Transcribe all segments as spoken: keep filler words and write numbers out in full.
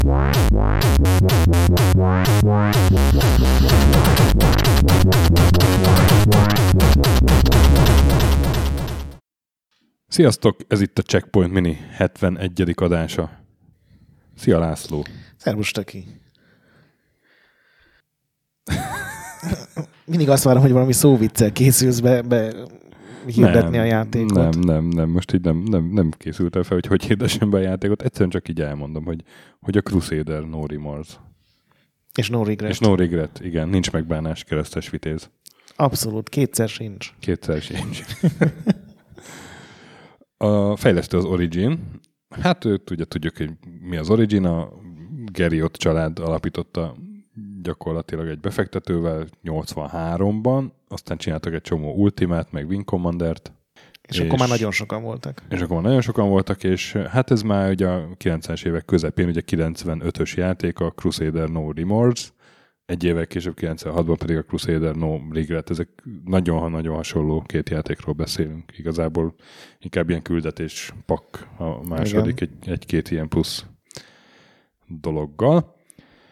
Sziasztok, ez itt a Checkpoint Mini hetvenegyedik adása. Szia László! Szervusz, Töki! Mindig azt várom, hogy valami szóviccel készülsz be, be hirdetni nem, a játékot. Nem, nem, nem, most így nem, nem, nem készültem fel, hogy hogy hirdessem be a játékot. Egyszerűen csak így elmondom, hogy, hogy a Crusader No Remorse. És No Regret. És No Regret, igen, nincs megbánás, keresztes vitéz. Abszolút, kétszer sincs. Kétszer sincs. A fejlesztő az Origin. Hát ugye tudjuk, hogy mi az Origin. A Geriot család alapította gyakorlatilag egy befektetővel nyolcvanháromban. Aztán csináltak egy csomó Ultimát, meg Wing Commandert. És, és akkor már nagyon sokan voltak. És akkor már nagyon sokan voltak, és hát ez már ugye a kilencvenes évek közepén, ugye kilencvenötös játék, a Crusader No Remorse. Egy évvel később, kilencvenhatban pedig a Crusader No Regret. Ezek nagyon-nagyon hasonló két játékról beszélünk. Igazából inkább ilyen küldetés pak a második, egy, egy-két ilyen plusz dologgal.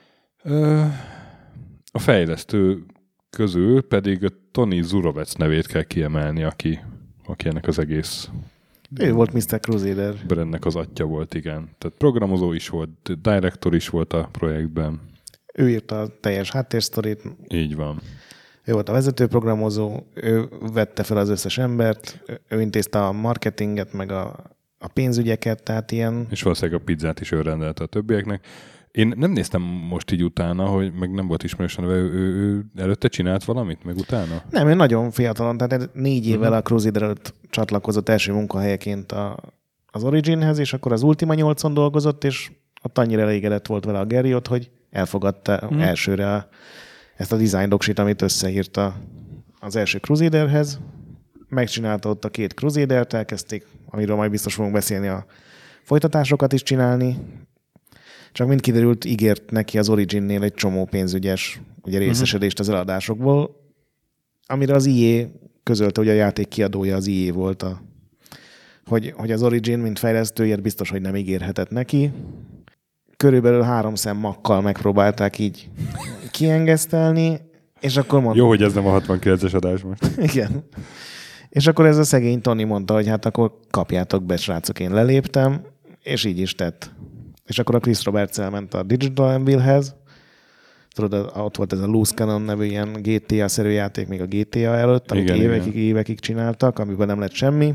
A fejlesztő közül pedig a Tony Zurovec nevét kell kiemelni, aki, aki ennek az egész... Ő volt miszter Crusader. Ennek az atya volt, igen. Tehát programozó is volt, director is volt a projektben. Ő írta a teljes háttérsztorit. Így van. Ő volt a vezetőprogramozó, ő vette fel az összes embert, ő intézte a marketinget, meg a, a pénzügyeket, tehát ilyen... És valószínűleg a pizzát is ő rendelte a többieknek. Én nem néztem most így utána, hogy meg nem volt ismerősen, ő, ő, ő előtte csinált valamit, meg utána? Nem, ő nagyon fiatalon, tehát négy évvel uh-huh. a Crusader előtt csatlakozott első munkahelyeként a, az Originhez, és akkor az Ultima nyolcon dolgozott, és ott annyira elégedett volt vele a Geriot, hogy elfogadta hmm. elsőre a, ezt a design doksit, amit összeírta az első Crusaderhez. Megcsinálta ott a két Crusadert, elkezdték, amiről majd biztos fogunk beszélni, a folytatásokat is csinálni. Csak mind kiderült, ígért neki az Originnél egy csomó pénzügyes ugye, részesedést az eladásokból, amire az í á közölte, hogy a játék kiadója az í á volt, a, hogy, hogy az Origin, mint fejlesztőért biztos, hogy nem ígérhetett neki. Körülbelül három szem makkal megpróbálták így kiengesztelni, és akkor mondta... Jó, hogy ez nem a hatvankilences adás most. Igen. És akkor ez a szegény Tony mondta, hogy hát akkor kapjátok be, srácok, én leléptem, és így is tett. És akkor a Chris Roberts elment a Digital Anvilhez. Tudod, ott volt ez a Loose Cannon nevű ilyen gé té á-szerű játék még a gé té á előtt, amit igen, évekig, igen. évekig csináltak, amiben nem lett semmi.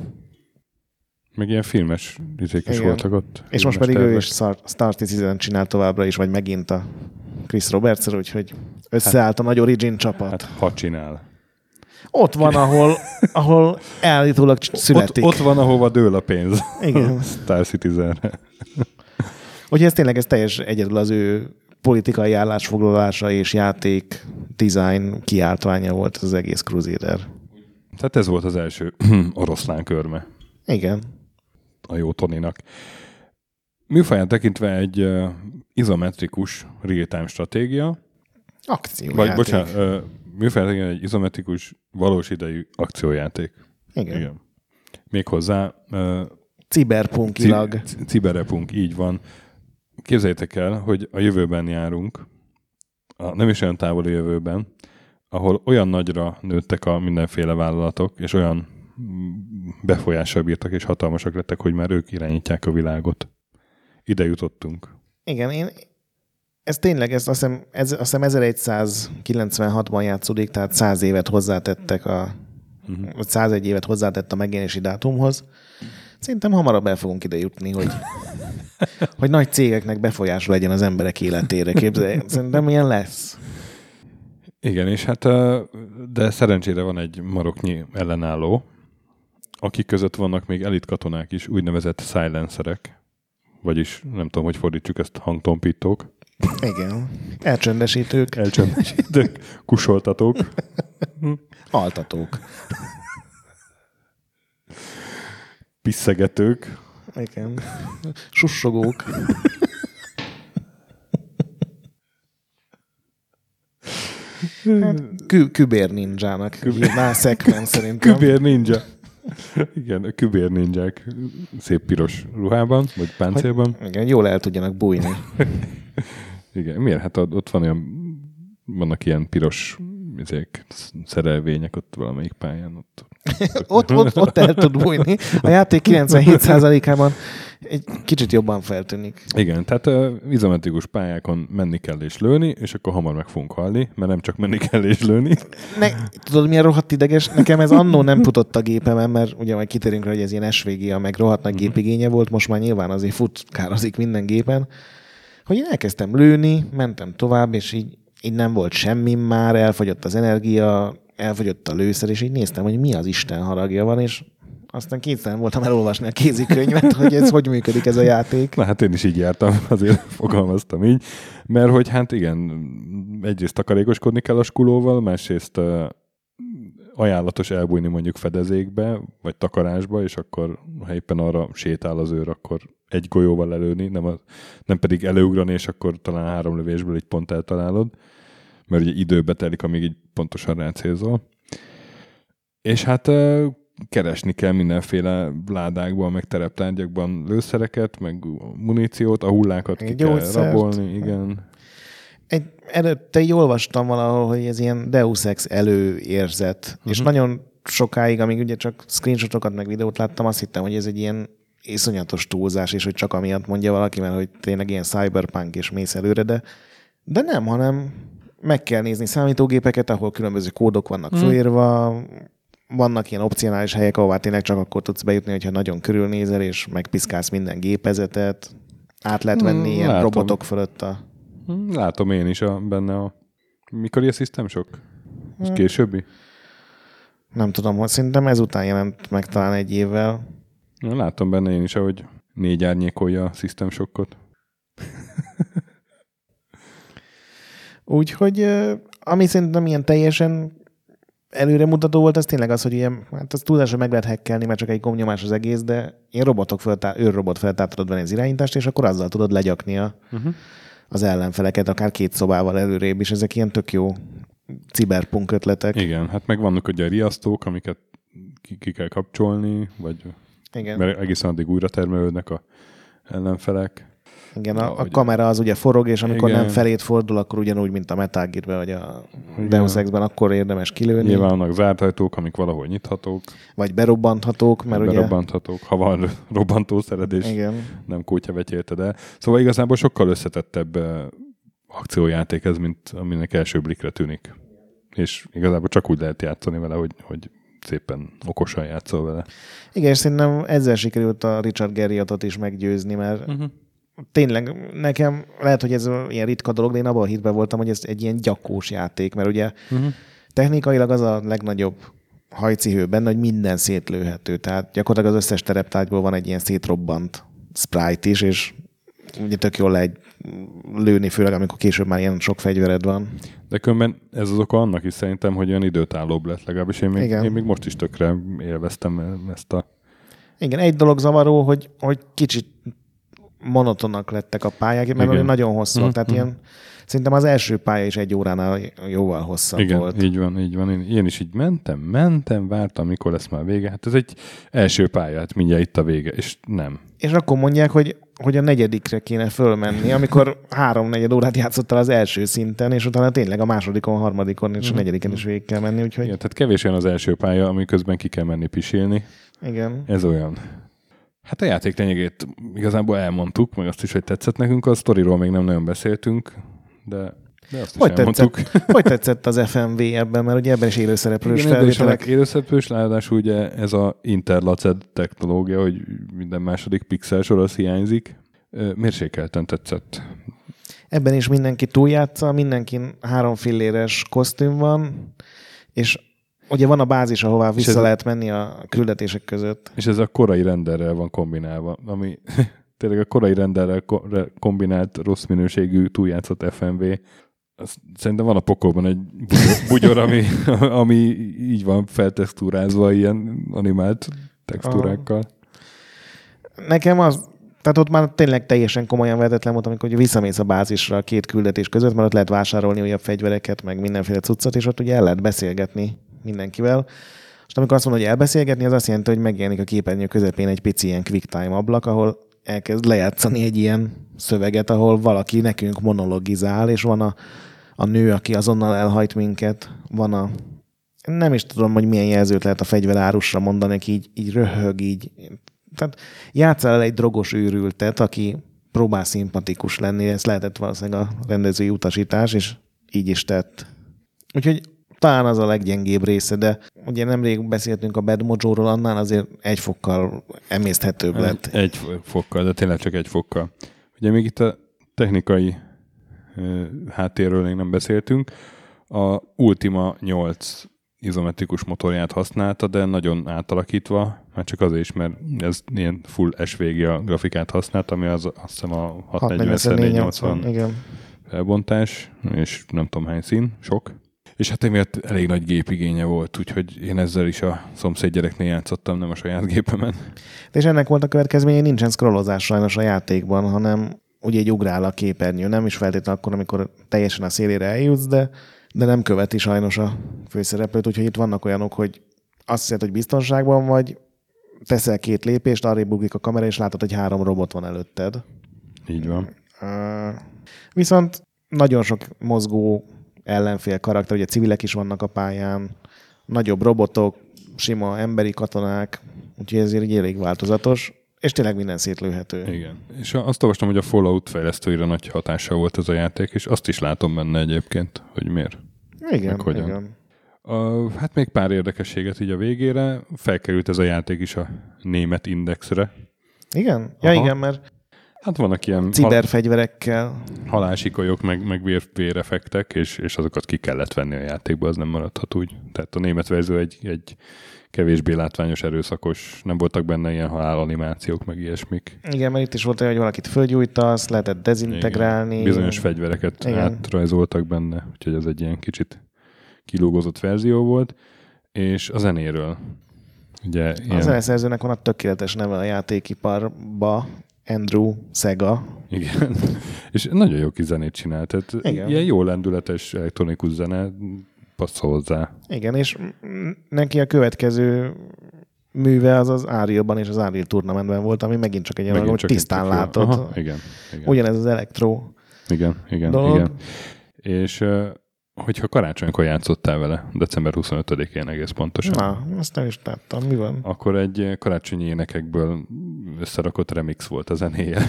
Meg ilyen filmes izék is voltak ott. És most pedig tervek. Ő is Star Citizen csinál továbbra is, vagy megint a Chris Roberts-el, úgyhogy összeállt hát, a nagy Origin csapat. Hát ha csinál. Ott van, ahol, ahol állítólag születik. Ott, ott van, ahova dől a pénz. Igen. Star Citizenre. Úgyhogy ez tényleg ez teljes egyedül az ő politikai állásfoglalása és játék, design kiáltványa volt az egész Crusader. Tehát ez volt az első oroszlán körme. Igen. A jó Tonynak. Műfaján tekintve egy uh, izometrikus real-time stratégia. Akciójáték. Vagy, bocsánat, uh, műfaján tekintve egy izometrikus valós idejű akciójáték. Igen. Igen. Méghozzá... Uh, Ciberpunkilag. C- ciberepunk, így van. Képzeljétek el, hogy a jövőben járunk, a nem is olyan távoli jövőben, ahol olyan nagyra nőttek a mindenféle vállalatok, és olyan befolyással bírtak, és hatalmasak lettek, hogy már ők irányítják a világot. Ide jutottunk. Igen, én ez tényleg, ez azt hiszem, ez, azt hiszem ezeregyszázkilencvenhatban játszódik, tehát száz évet hozzátettek a uh-huh. vagy százegy évet hozzátett a megjelenési dátumhoz. Szerintem hamarabb el fogunk ide jutni, hogy, hogy nagy cégeknek befolyása legyen az emberek életére. Képzelj, szerintem ilyen lesz. Igen, és hát de szerencsére van egy maroknyi ellenálló, akik között vannak még elit katonák is, úgynevezett silencerek, vagyis nem tudom, hogy fordítsuk ezt, hangtompítók. Igen. Elcsöndesítők. Elcsöndesítők, kusoltatók. Altatók. Piszegetők. Igen. Sussogók. Hát, kü- kübér ninjának. Kübér szekven szerintem. Kübér ninja. Igen, a kübér ninják szép piros ruhában, vagy páncélban. Hogy, igen, jól el tudjanak bújni. Igen, miért? Hát ott van olyan, vannak ilyen piros ezek, szerelvények ott valamelyik pályán. Ott, ott, ott, ott el tud bújni. A játék kilencvenhét százalékában egy kicsit jobban feltűnik. Igen, tehát uh, izometrikus pályákon menni kell és lőni, és akkor hamar meg fogunk halni, mert nem csak menni kell és lőni. Ne, tudod, milyen rohadt ideges? Nekem ez annó nem futott a gépemen, mert ugye majd kitérünk rá, hogy ez ilyen es vé gé a meg rohadt nagy gépigénye volt, most már nyilván azért futkározik minden gépen, hogy én elkezdtem lőni, mentem tovább, és így, így nem volt semmi már, elfogyott az energia, elfogyott a lőszer, és így néztem, hogy mi az Isten haragja van, és aztán kétszer voltam elolvasni a kézikönyvet, hogy ez hogy működik ez a játék. Na hát én is így jártam, azért fogalmaztam így, mert hogy hát igen, egyrészt takarékoskodni kell a skulóval, másrészt uh, ajánlatos elbújni mondjuk fedezékbe, vagy takarásba, és akkor ha éppen arra sétál az őr, akkor egy golyóval lelőni, nem, a, nem pedig előugrani, és akkor talán három lövésből egy pont eltalálod, mert ugye időbe telik, amíg így pontosan rácélzol. És hát uh, keresni kell mindenféle ládákban, meg tereptárgyakban lőszereket, meg muníciót, a hullákat ki kell rabolni, igen. Egy, előtte így olvastam valahol, hogy ez ilyen Deus Ex előérzet, uh-huh. és nagyon sokáig, amíg ugye csak screenshotokat meg videót láttam, azt hittem, hogy ez egy ilyen iszonyatos túlzás, és hogy csak amiatt mondja valaki, mert hogy tényleg ilyen cyberpunk és mész előre, de, de nem, hanem meg kell nézni számítógépeket, ahol különböző kódok vannak hmm. fölírva, vannak ilyen opcionális helyek, ahová tényleg csak akkor tudsz bejutni, hogyha nagyon körülnézel, és megpiszkálsz minden gépezetet, át lehet venni hmm, ilyen látom. robotok fölött a... Látom én is a, benne a... Mikor a System Shock? Ez hmm. későbbi? Nem tudom, hogy szerintem ezután jelent meg talán egy évvel. Látom benne én is, ahogy négy árnyékolja a System Shockot. Úgyhogy ami szerintem ilyen teljesen előremutató volt, az tényleg az, hogy ilyen, hát az túlzásra meg lehet hackelni, mert csak egy gombnyomás az egész, de ilyen robotok feltá- őrrobot feltár tudod venni az irányítást, és akkor azzal tudod legyakni a, uh-huh. az ellenfeleket, akár két szobával előrébb, és ezek ilyen tök jó cyberpunk ötletek. Igen, hát meg vannak ugye a riasztók, amiket ki, ki kell kapcsolni, vagy igen. mert egészen addig újra termelődnek a ellenfelek. Igen, a, a kamera az ugye forog, és amikor igen. nem felét fordul, akkor ugyanúgy, mint a Metal Gear-ben, vagy a igen. Deus Ex-ben, akkor érdemes kilőni. Nyilván vannak zárt ajtók, amik valahol nyithatók. Vagy berobbanthatók, mert ugye... Berobbanthatók, ha van robbantószered, és igen. nem kótyavetyélted el. Szóval igazából sokkal összetettebb akciójáték ez, mint aminek első blikre tűnik. És igazából csak úgy lehet játszani vele, hogy, hogy szépen okosan játszol vele. Igen, és szerintem ezzel sikerült a Richard Garriotot is meggyőzni, mert uh-huh. tényleg nekem lehet, hogy ez ilyen ritka dolog, de én abban a hitben voltam, hogy ez egy ilyen gyakós játék, mert ugye uh-huh. technikailag az a legnagyobb hajcihő benne, hogy minden szétlőhető. Tehát gyakorlatilag az összes tereptárgyból van egy ilyen szétrobbant sprite is, és ugye tök jól lehet lőni, főleg amikor később már ilyen sok fegyvered van. De különben ez az oka annak is szerintem, hogy olyan időtállóbb lett legalábbis. Én még, én még most is tökre élveztem ezt a... Igen, egy dolog zavaró, hogy, hogy kicsit monotonak lettek a pályák, mert igen. nagyon hosszúak. Mm-hmm. Tehát ilyen, szerintem az első pálya is egy óránál jóval hosszabb igen, volt. így van, így van. Én, én is így mentem, mentem, vártam, mikor lesz már vége. Hát ez egy első pálya, hát mindjárt itt a vége, és nem. És akkor mondják, hogy, hogy a negyedikre kéne fölmenni, amikor három-negyed órát játszottál az első szinten, és utána tényleg a másodikon, a harmadikon és a negyediken is végig kell menni. Úgyhogy... Igen, tehát kevés olyan az első pálya, ami közben ki kell menni pisilni. Igen. Ez olyan. Hát a játék lényegét igazából elmondtuk, meg azt is, hogy tetszett nekünk, a sztoriról még nem nagyon beszéltünk, de, de azt is hogy elmondtuk. Tetszett, hogy tetszett az ef em vé ebben, mert ugye ebben is élőszereplős felvételek. Élőszereplős, ráadásul ugye ez a interlaced technológia, hogy minden második pixel sor az hiányzik. Mérsékelten tetszett. Ebben is mindenki túljátsza, mindenkin három filléres kosztüm van, és ugye van a bázis, ahová vissza ez lehet menni a küldetések között. És ez a korai renderrel van kombinálva, ami tényleg a korai renderrel kombinált rossz minőségű túljátszott ef em vé. Azt szerintem van a pokolban egy bugyor, bugyor ami, ami így van feltextúrázva ilyen animált textúrákkal. Nekem az, tehát ott már tényleg teljesen komolyan vehetetlen volt, amikor ugye visszamész a bázisra a két küldetés között, mert ott lehet vásárolni újabb fegyvereket, meg mindenféle cuccot, és ott ugye el lehet beszélgetni mindenkivel. És amikor azt mondod, hogy elbeszélgetni, az azt jelenti, hogy megjelenik a képernyő közepén egy pici ilyen quick time ablak, ahol elkezd lejátszani egy ilyen szöveget, ahol valaki nekünk monologizál, és van a, a nő, aki azonnal elhajt minket, van a nem is tudom, hogy milyen jelzőt lehet a fegyverárusra mondani, aki így, így röhög, így. Tehát játsszál el egy drogos őrültet, aki próbál szimpatikus lenni, ez lehetett valószínűleg a rendezői utasítás, és így is tett. Úgyhogy talán az a leggyengébb része, de ugye nemrég beszéltünk a Bad Mojo-ról, annál azért egy fokkal emészthetőbb lett. Egy, egy fokkal, de tényleg csak egy fokkal. Ugye még itt a technikai uh, háttérről még nem beszéltünk. A Ultima nyolc izometrikus motorját használta, de nagyon átalakítva, már csak azért is, mert ez ilyen full es vé gé grafikát használt, ami az azt hiszem a hatszáznegyven négyszáznyolcvan felbontás, és nem tudom hány szín, sok. És hát emiatt elég nagy gépigénye volt, úgyhogy én ezzel is a szomszéd gyereknél játszottam, nem a saját gépemen. És ennek volt a következménye, hogy nincsen scrollozás sajnos a játékban, hanem ugye így ugrál a képernyő, nem is feltétlenül akkor, amikor teljesen a szélére eljutsz, de de nem követi sajnos a főszereplőt, úgyhogy itt vannak olyanok, hogy azt hiszed, hogy biztonságban vagy, teszel két lépést, arrébb ugrik a kamera, és látod, hogy három robot van előtted. Így van. Uh, viszont nagyon sok mozgó ellenfél karakter, ugye civilek is vannak a pályán, nagyobb robotok, sima emberi katonák, úgyhogy ezért így elég változatos, és tényleg minden szétlőhető. Igen. És azt olvastam, hogy a Fallout fejlesztőire nagy hatása volt ez a játék, és azt is látom benne egyébként, hogy miért. Igen, igen. A, hát még pár érdekességet így a végére. Felkerült ez a játék is a német indexre. Igen? Ja, aha. Igen, mert hát vannak ilyen ciberfegyverekkel. Hal- halásikolyok, meg, meg vér, véreffektek, és, és azokat ki kellett venni a játékba, az nem maradhat úgy. Tehát a német verzió egy, egy kevésbé látványos, erőszakos, nem voltak benne ilyen halálanimációk, meg ilyesmik. Igen, mert itt is volt olyan, hogy valakit fölgyújtasz, lehetett dezintegrálni. Igen. Bizonyos fegyvereket igen. átrajzoltak benne, úgyhogy ez egy ilyen kicsit kilógozott verzió volt. És a zenéről. Ugye, ilyen... A zeneszerzőnek van a tökéletes neve a játékiparba, Andrew Sega. Igen, és nagyon jó kis zenét csinált. Tehát igen. Ilyen jó lendületes elektronikus zene passzol hozzá. Igen, és neki a következő műve az az Unreal-ban és az Unreal Tournamentben volt, ami megint csak egy olyan, hogy tisztán látod. Aha, igen, igen. Ugyanez az elektro Igen, igen, dolog. igen. És hogyha karácsonykor játszottál vele, december huszonötödikén egész pontosan. Na, azt nem is láttam. Mi van? Akkor egy karácsonyi énekekből összerakott remix volt a zenéje.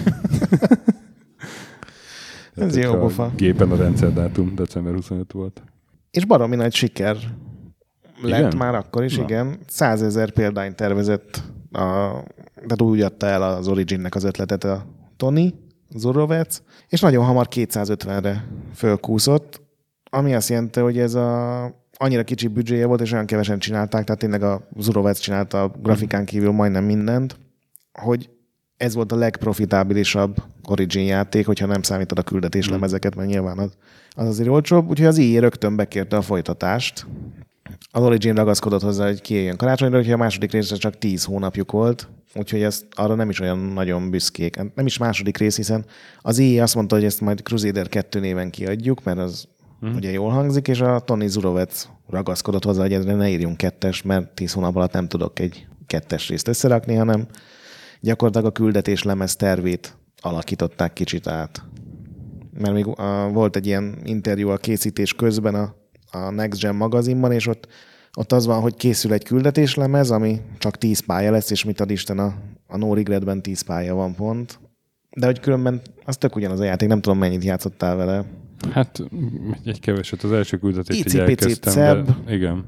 Ez jó pofa. Gépen a rendszerdátum december huszonötödike volt. És baromi nagy siker lett igen? már akkor is, na. igen. Százezer példányt tervezett, a, tehát úgy adta el az Originnek az ötletet a Tony Zurovec, és nagyon hamar kétszázötvenre fölkúszott, ami azt jelenti, hogy ez a, annyira kicsi büdzséje volt, és olyan kevesen csinálták, tehát tényleg a Zurovec csinálta a grafikán kívül majdnem mindent, hogy ez volt a legprofitábilisabb Origin játék, hogyha nem számítod a küldetéslemezeket, mert nyilván az, az azért olcsóbb. Úgyhogy az i á rögtön bekérte a folytatást. Az Origin ragaszkodott hozzá, hogy kijöjjön karácsonyra, úgyhogy a második részre csak tíz hónapjuk volt, úgyhogy ezt arra nem is olyan nagyon büszkék. Nem is második rész, hiszen az i á azt mondta, hogy ezt majd Crusader kettő néven kiadjuk, mert az hmm. ugye jól hangzik, és a Tony Zurovec ragaszkodott hozzá, hogy ezre ne írjunk kettes, mert tíz hónap alatt nem tudok egy kettes részt összerakni, hanem gyakorlatilag a küldetés lemez tervét alakították kicsit át. Mert még uh, volt egy ilyen interjú a készítés közben a, a Next Gen magazinban, és ott, ott az van, hogy készül egy küldetéslemez, ami csak tíz pálya lesz, és mit ad Isten a, a No Regretben tíz pálya van pont. De hogy különben az tök ugyanaz a játék, nem tudom mennyit játszottál vele. Hát egy keveset, az első küldetést így elkezdtem, szebb, de igen.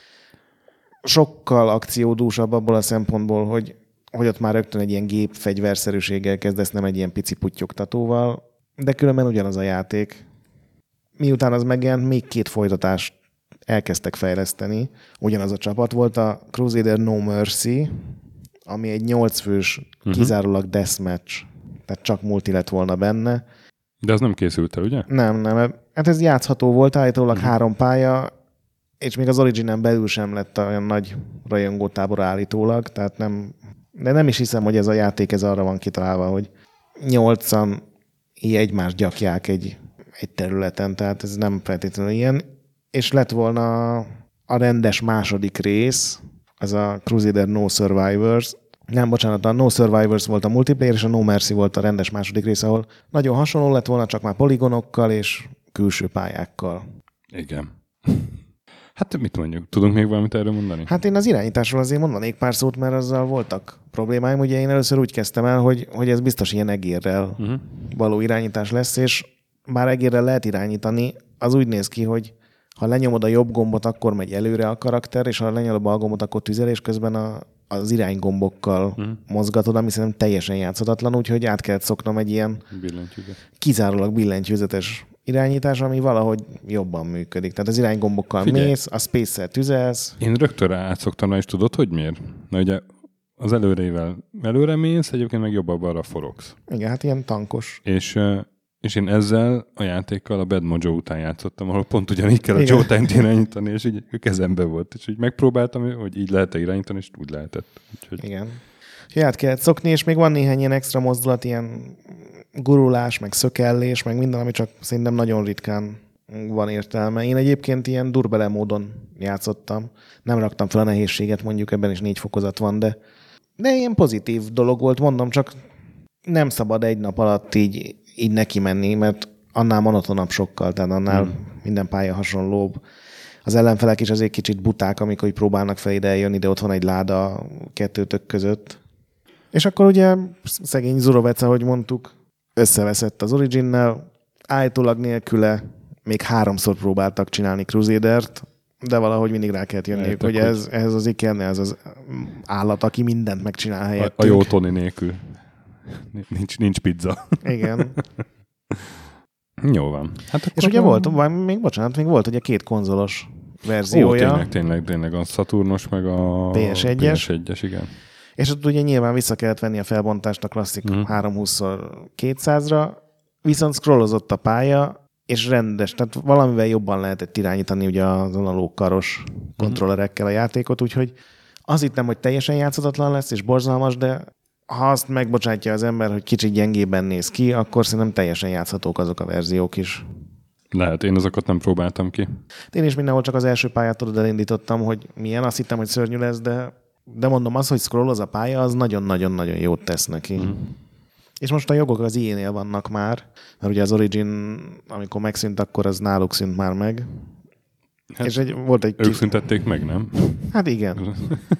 Sokkal akciódúsabb abból a szempontból, hogy hogy ott már rögtön egy ilyen gépfegyverszerűséggel kezdesz, nem egy ilyen pici puttyogtatóval, de különben ugyanaz a játék. Miután az megjelent, még két folytatást elkezdtek fejleszteni. Ugyanaz a csapat volt a Crusader No Mercy, ami egy nyolc fős uh-huh. kizárólag deathmatch, tehát csak multi lett volna benne. De az nem készült el, ugye? Nem, nem. Hát ez játszható volt, állítólag uh-huh. három pálya, és még az Originen belül sem lett olyan nagy rajongótábor állítólag, tehát nem... De nem is hiszem, hogy ez a játék ez arra van kitalálva, hogy nyolcan így egymást gyakják egy, egy területen, tehát ez nem feltétlenül ilyen. És lett volna a rendes második rész, az a Crusader No Survivors, Nem, bocsánat, a No Survivors volt a multiplayer, és a No Mercy volt a rendes második rész, ahol nagyon hasonló lett volna, csak már poligonokkal és külső pályákkal. Igen. Hát mit mondjuk? Tudunk még valamit erről mondani? Hát én az irányításról azért mondanék pár szót, mert azzal voltak problémáim. Ugye én először úgy kezdtem el, hogy, hogy ez biztos ilyen egérrel uh-huh. való irányítás lesz, és bár egérrel lehet irányítani, az úgy néz ki, hogy ha lenyomod a jobb gombot, akkor megy előre a karakter, és ha lenyomod a bal gombot, akkor tüzel, és közben a, az iránygombokkal uh-huh. mozgatod, ami szerintem teljesen játszhatatlan, úgyhogy át kellett szoknom egy ilyen kizárólag billentyűzetes irányítás, ami valahogy jobban működik. Tehát az iránygombokkal Figyelj. mész, a space-szel tüzelsz. Én rögtön átszoktam, és tudod, hogy miért? Na ugye az előrével előre mész, egyébként meg jobbabban arra forogsz. Igen, hát ilyen tankos. És, és én ezzel a játékkal a Bad Mojo után játszottam, ahol pont ugyanígy kell a Joe-Time-t irányítani, és így kezembe volt. És így megpróbáltam, hogy így lehet-e irányítani, és úgy lehetett. Úgyhogy... Igen. És át kellett szokni, és még van néhány ilyen extra mozdulat, ilyen gurulás, meg szökellés, meg minden, ami csak szerintem nagyon ritkán van értelme. Én egyébként ilyen durbele módon játszottam. Nem raktam fel a nehézséget, mondjuk ebben is négy fokozat van, de, de ilyen pozitív dolog volt, mondom, csak nem szabad egy nap alatt így, így neki menni, mert annál monotonabb sokkal, tehát annál hmm. minden pálya hasonlóbb. Az ellenfelek is azért kicsit buták, amikor így próbálnak fel ide eljönni, de ott van egy láda kettőtök között. És akkor ugye szegény Zurovec, ahogy mondtuk, összeveszett az Origin-nel, állítólag nélküle még háromszor próbáltak csinálni Crusadert, de valahogy mindig rá kellett jönniük, hogy ez, ehhez az Ikerne, ez az állat, aki mindent megcsinál helyettünk. A, a jó Tony nélkül. Nincs, nincs pizza. Igen. Jó van. Hát és ugye van... volt, még bocsánat, még volt ugye két konzolos verziója. Ó, tényleg, tényleg, tényleg a Saturnos meg a pé es egyes. pé es egyes, igen. És ott ugye nyilván vissza kellett venni a felbontást a klasszik mm. háromszázhúsz kétszázra, viszont scrollozott a pálya, és rendes, tehát valamivel jobban lehetett irányítani ugye az analóg karos mm. kontrollerekkel a játékot, úgyhogy azt hittem, hogy teljesen játszhatatlan lesz, és borzalmas, de ha azt megbocsátja az ember, hogy kicsit gyengében néz ki, akkor szerintem teljesen játszhatók azok a verziók is. Lehet, én azokat nem próbáltam ki. Én is mindenhol csak az első pályától elindítottam, hogy milyen, azt hittem, hogy szörnyű lesz, de De mondom, az, hogy scrolloz a pálya, az nagyon-nagyon-nagyon jót tesz neki. Mm. És most a jogok az í á-nél vannak már, mert ugye az Origin, amikor megszűnt, akkor az náluk szűnt már meg. Hát és egy, volt egy ők kis... szüntették meg, nem? Hát igen.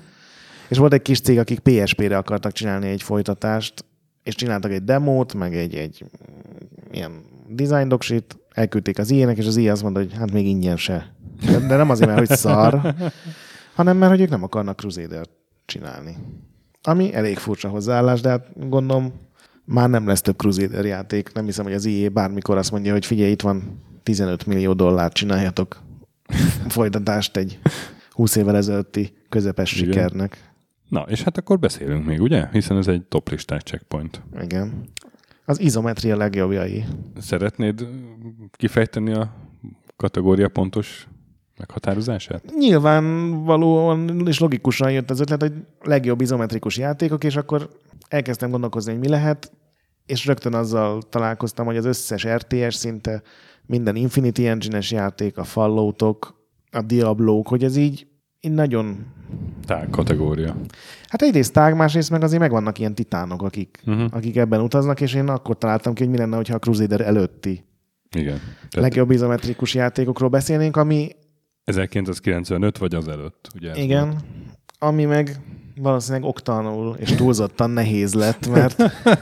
És volt egy kis cég, akik pé es pére akartak csinálni egy folytatást, és csináltak egy demót, meg egy, egy ilyen design docsit, elküldték az í á-nek, és az í á azt mondta, hogy hát még ingyen se. De, de nem azért, mert hogy szar, hanem mert hogy ők nem akarnak Crusader-t csinálni. Ami elég furcsa hozzáállás, de hát gondolom már nem lesz több Crusader játék. Nem hiszem, hogy az í á bármikor azt mondja, hogy figyelj, itt van tizenöt millió dollár, csináljatok folytatást egy húsz évvel ezelőtti közepes igen. sikernek. Na, és hát akkor beszélünk még, ugye? Hiszen ez egy top listás checkpoint. Igen. Az izometria legjobbjai. Szeretnéd kifejteni a kategória pontos meghatározását? Nyilvánvalóan és logikusan jött az ötlet, hogy legjobb izometrikus játékok, és akkor elkezdtem gondolkozni, hogy mi lehet, és rögtön azzal találkoztam, hogy az összes er té es szinte, minden Infinity Engine-es játék, a Falloutok, a Diablók, hogy ez így, így nagyon... Tág kategória. Hát egyrészt tág, másrészt meg azért megvannak ilyen titánok, akik, uh-huh. akik ebben utaznak, és én akkor találtam ki, hogy mi lenne, hogyha a Crusader előtti igen. Tehát... legjobb izometrikus játékokról beszélnénk, ami ezerkilencszázkilencvenöt vagy az előtt, ugye? Igen, volt. Ami meg valószínűleg oktalanul és túlzottan nehéz lett, mert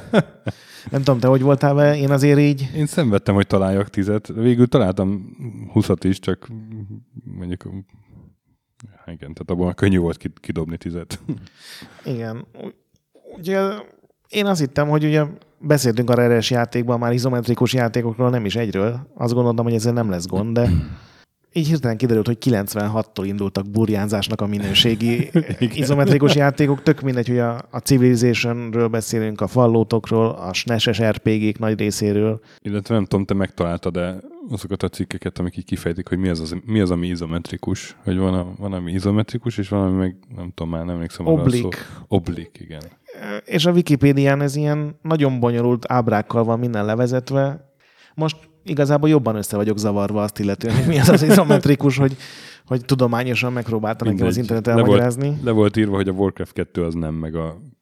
nem tudom, te hogy voltál vele, én azért így... Én szenvedtem, hogy találjak tizet. Végül találtam húszat is, csak mondjuk igen, tehát abban könnyű volt kidobni tizet. Igen. Ugye én azt hittem, hogy ugye beszéltünk a er es játékban már izometrikus játékokról, nem is egyről. Azt gondoltam, hogy ezzel nem lesz gond, de így hirtelen kiderült, hogy kilencvenhattól indultak burjánzásnak a minőségi izometrikus játékok. Tök mindegy, hogy a, a Civilizationről beszélünk, a Falloutokról, a es en e es er pé gék nagy részéről. Illetve nem tudom, te megtaláltad-e azokat a cikkeket, amik így kifejtik, hogy mi az, az, mi az ami izometrikus. Hogy van, a, van ami izometrikus, és valami meg, nem tudom már, nem emlékszem arra a szó. Oblik, igen. És a Wikipédián ez ilyen nagyon bonyolult ábrákkal van minden levezetve. Most igazából jobban össze vagyok zavarva azt illetően, hogy mi az az izometrikus, hogy, hogy tudományosan megpróbáltam nekem az internet elmagyarázni. Le volt, le volt írva, hogy a Warcraft kettő az nem, meg a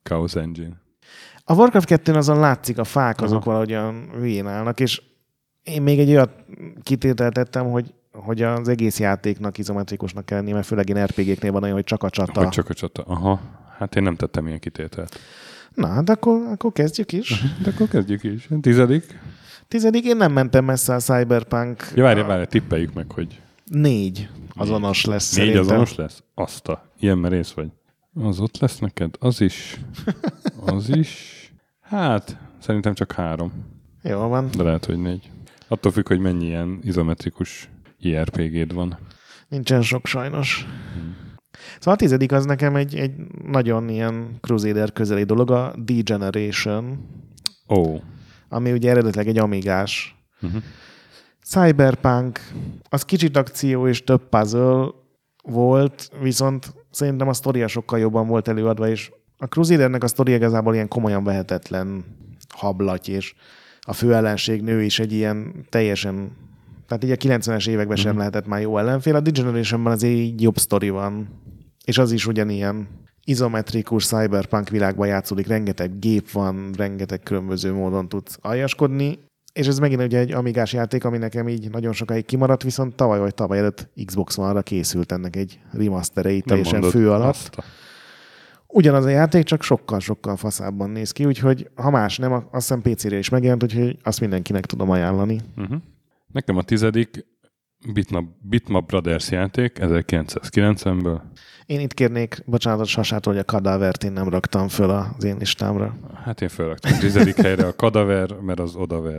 Chaos Engine. A Warcraft kettőn azon látszik, a fák azok Aha. valahogyan hülyén állnak, és én még egy olyat kitételt tettem, hogy, hogy az egész játéknak izometrikusnak kell lennie, mert főleg én er pé gé-knél van olyan, hogy csak a csata. Hogy csak a csata. Aha. Hát én nem tettem ilyen kitételt. Na, hát akkor, akkor kezdjük is. De akkor kezdjük is. Tizedik. Tizedik, én nem mentem messze a Cyberpunk. Ja, várj, várj, tippeljük meg, hogy Négy azonos lesz négy szerintem. azonos lesz? Azt a. Ilyen merész vagy. Az ott lesz neked? Az is. Az is. Hát, szerintem csak három. Jól van. De lehet, hogy négy. Attól függ, hogy mennyi ilyen izometrikus i er pé géd van. Nincsen sok sajnos. Hmm. Szóval a tizedik az nekem egy, egy nagyon ilyen Crusader közeli dolog, a D-Generation, Ó. Oh. ami ugye eredetileg egy amigás. Uh-huh. Cyberpunk, az kicsit akció és több puzzle volt, viszont szerintem a sztoria sokkal jobban volt előadva, és a Crusadernek a sztoria igazából ilyen komolyan vehetetlen hablaty, és a főellenség nő is egy ilyen teljesen, tehát így a kilencvenes években sem lehetett már jó ellenfél. A D-Generationban azért így jobb sztori van, és az is ugyanilyen izometrikus cyberpunk világban játszódik, rengeteg gép van, rengeteg különböző módon tudsz aljaskodni, és ez megint ugye egy amigás játék, ami nekem így nagyon sokáig kimaradt, viszont tavaly vagy tavaly előtt Xbox One-ra készült ennek egy remasterei teljesen fő alatt. Azt. Ugyanaz a játék, csak sokkal-sokkal faszábban néz ki, úgyhogy ha más nem, azt hiszem pé cére is megjelent, úgyhogy azt mindenkinek tudom ajánlani. Uh-huh. Nekem a tizedik Bitmap, Bitmap Brothers játék ezerkilencszázkilencvenből. Én itt kérnék bocsánatot Sasától, hogy a Kadavert én nem raktam föl az én listámra. Hát én felraktam a tizedik helyre a Kadaver, mert az odaver.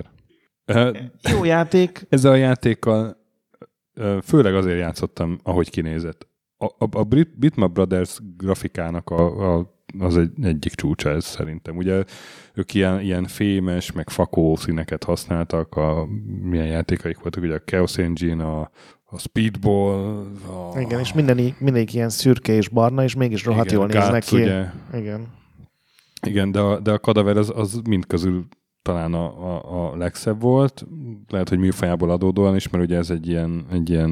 Jó játék. Ezzel a játékkal főleg azért játszottam, ahogy kinézett. A, a, a Bitmap Brothers grafikának a, a, az egy, egyik csúcsa ez szerintem. Ugye ők ilyen, ilyen fémes, meg fakó színeket használtak, a, milyen játékaik voltak, ugye a Chaos Engine, a, a Speedball. A... Igen, és minden, mindenik ilyen szürke és barna, és mégis rohadt jól néznek ki. Ugye. Igen. Igen, de a, de a Kadaver az, az mind közül talán a, a, a legszebb volt. Lehet, hogy műfajából adódóan is, mert ugye ez egy ilyen, egy ilyen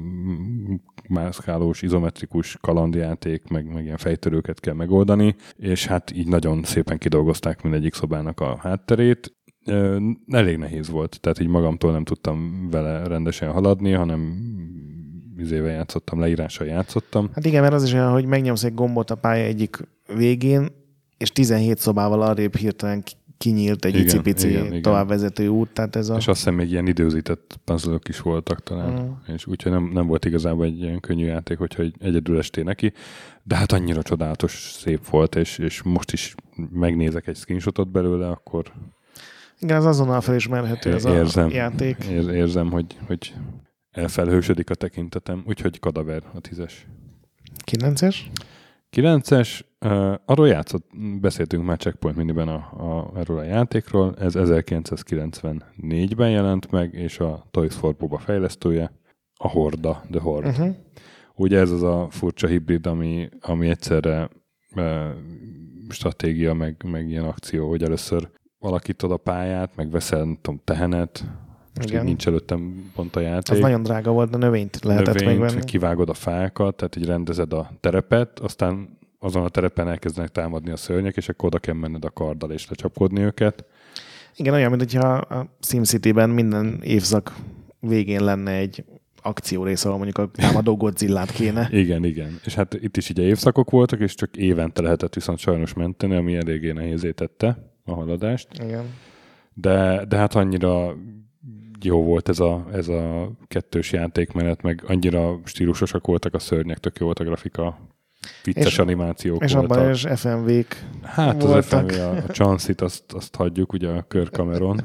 mászkálós, izometrikus kalandjáték, meg, meg ilyen fejtörőket kell megoldani, és hát így nagyon szépen kidolgozták mindegyik szobának a hátterét. Elég nehéz volt, tehát így magamtól nem tudtam vele rendesen haladni, hanem izével játszottam, leírással játszottam. Hát igen, mert az is olyan, hogy megnyomsz egy gombot a pálya egyik végén, és tizenhét szobával arrébb hirtelen kinyílt egy icipici továbbvezető út. Tehát ez a... És azt hiszem még ilyen időzített puzzle-ok is voltak talán. Mm. És úgyhogy nem, nem volt igazából egy ilyen könnyű játék, hogyha egyedül estél neki. De hát annyira csodálatos, szép volt, és, és most is megnézek egy screenshotot belőle, akkor... Igen, az azonnal felismerhető ez érzem, a játék. Ér, érzem, hogy, hogy elfelhősödik a tekintetem. Úgyhogy Kadaver a tízes. Kilences? Kilences, uh, arról játszott, beszéltünk már Checkpoint Miniben a, a, erről a játékról, ez ezerkilencszázkilencvennégyben jelent meg, és a Toys for Boba fejlesztője, a Horda, The Horde. Uh-huh. Ugye ez az a furcsa hibrid, ami, ami egyszerre uh, stratégia, meg, meg ilyen akció, hogy először alakítod a pályát, meg veszel, nem tudom, tehenet, most nincs előttem pont a játék. Az nagyon drága volt, de növényt lehetett növényt, megvenni. Kivágod a fákat, tehát így rendezed a terepet, aztán azon a terepen elkezdenek támadni a szörnyek, és akkor oda kell menned a karddal és lecsapkodni őket. Igen, olyan, mint hogyha a SimCity-ben minden évszak végén lenne egy akció része, ahol mondjuk a támadó Godzillát kéne. Igen, igen. És hát itt is ugye évszakok voltak, és csak évente lehetett viszont sajnos menteni, ami eléggé nehézé tette a haladást. Igen. De, de hát annyira jó volt ez a, ez a kettős játékmenet, meg annyira stílusosak voltak a szörnyek, tök jó volt a grafika, vicces és, animációk és voltak. És abban is ef em vé-k Hát voltak. Az ef em vé, a, a Chance-it azt, azt hagyjuk, ugye a Kirk Cameron.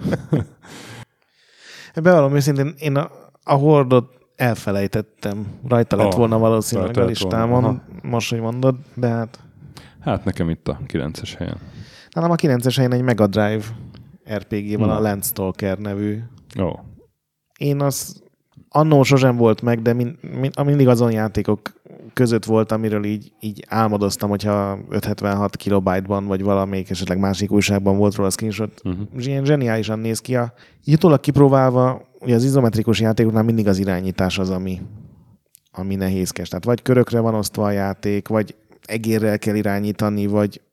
Bevallom őszintén, én a, a Hordot elfelejtettem. Rajta lett oh, volna valószínűleg a listámon, most, hogy mondod, de hát... Hát nekem itt a kilences helyen. Nálam a kilences helyen egy Mega Drive er pé gé van, a Landstalker nevű. Ó. Oh. Én az annó sosem volt meg, de min, min, mindig azon játékok között volt, amiről így, így álmodoztam, hogyha ötszázhetvenhat kilobájtban, vagy valamelyik esetleg másik újságban volt róla a screenshot. Uh-huh. Ilyen zseniálisan néz ki. A, így utólag kipróbálva, ugye az izometrikus játékoknál mindig az irányítás az, ami, ami nehézkes. Tehát vagy körökre van osztva a játék, vagy egérrel kell irányítani, vagy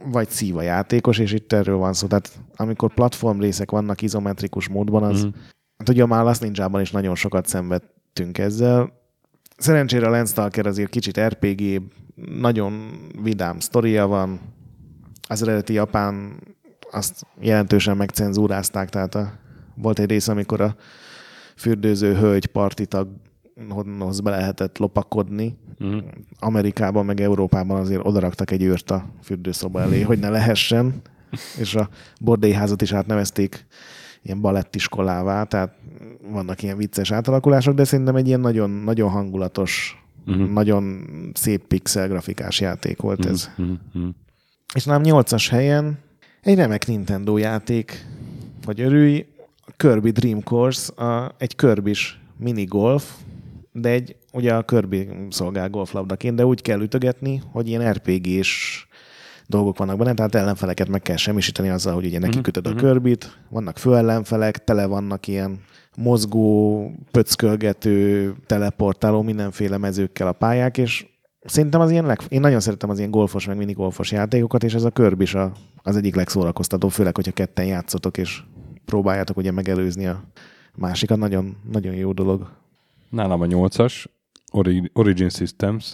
vagy szíva játékos, és itt erről van szó. Tehát amikor platform részek vannak izometrikus módban, az, mm. hát ugye már Last Ninjában is nagyon sokat szenvedtünk ezzel. Szerencsére a Landstalker azért kicsit er pé gé, nagyon vidám sztoria van. Az eredeti japán azt jelentősen megcenzúrázták, tehát a, volt egy rész, amikor a fürdőző hölgy partitaghoz be lehetett lopakodni. Mm. Amerikában meg Európában azért odaraktak egy őrt a fürdőszoba elé, hogy ne lehessen, és a bordélyházat is átnevezték ilyen balettiskolává, tehát vannak ilyen vicces átalakulások, de szerintem egy ilyen nagyon, nagyon hangulatos, mm-hmm. nagyon szép pixel grafikás játék volt ez. Mm-hmm. És nálam nyolcas helyen egy remek Nintendo játék, hogy örülj, a Kirby Dream Course, a, egy Kirby-s minigolf, de egy, ugye a Kirby szolgál golflabdaként, de úgy kell ütögetni, hogy ilyen er pé gés dolgok vannak benne, tehát ellenfeleket meg kell semmisíteni azzal, hogy ugye nekikütöd a Kirbyt, vannak főellenfelek, tele vannak ilyen mozgó, pöckölgető, teleportáló mindenféle mezőkkel a pályák, és szerintem az ilyen leg... én nagyon szeretem az ilyen golfos, meg minigolfos játékokat, és ez a Kirby is a, az egyik legszórakoztató, főleg, hogyha ketten játszotok, és próbáljátok ugye megelőzni a másikat. Nagyon, nagyon jó dolog. Nálam a nyolcas, Origin Systems,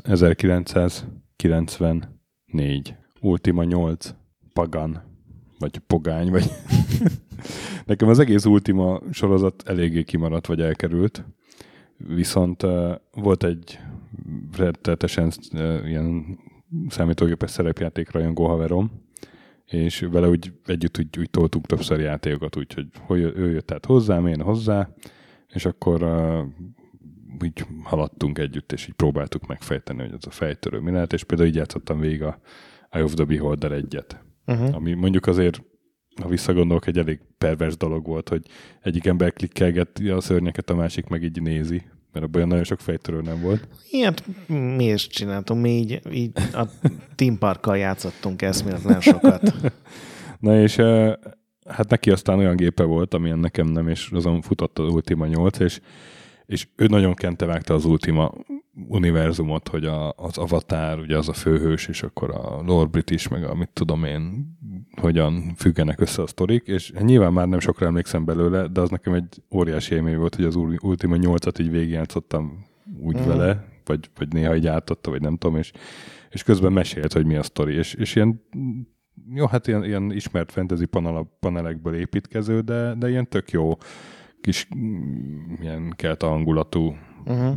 ezerkilencszázkilencvennégy. Ultima nyolc, Pagan, vagy Pogány, vagy... Nekem az egész Ultima sorozat eléggé kimaradt, vagy elkerült. Viszont uh, volt egy rettenetesen uh, ilyen számítógépes szerepjáték rajongó haverom, és vele úgy együtt úgy, úgy toltunk többször játékokat, úgyhogy hogy ő jött át hozzám, én hozzá, és akkor uh, úgy haladtunk együtt, és így próbáltuk megfejteni, hogy az a fejtörő mi lehet, és például így játszottam végig a Eye of the Beholder egyet. Uh-huh. Ami mondjuk azért, ha visszagondolok, egy elég pervers dolog volt, hogy egyik ember klikkelgeti a szörnyeket, a másik meg így nézi, mert abban olyan nagyon sok fejtörő nem volt. Ilyet mi is csináltunk, mi így, így a Team Parkkal játszottunk eszméletlen sokat. Na és hát neki aztán olyan gépe volt, amilyen nekem nem, és azon futott az Ultima nyolc, és, és ő nagyon kente vágta az Ultima univerzumot, hogy a, az Avatar, ugye az a főhős, és akkor a Lord British, meg a mit tudom én, hogyan függenek össze a sztorik, és nyilván már nem sokra emlékszem belőle, de az nekem egy óriási élmény volt, hogy az Ultima nyolcat így végigjátszottam úgy mm. vele, vagy, vagy néha így átatta, vagy nem tudom, és, és közben mesélt, hogy mi a sztori, és, és ilyen jó, hát ilyen, ilyen ismert fantasy panel, panelekből építkező, de, de ilyen tök jó kis ilyen kelta hangulatú uh-huh.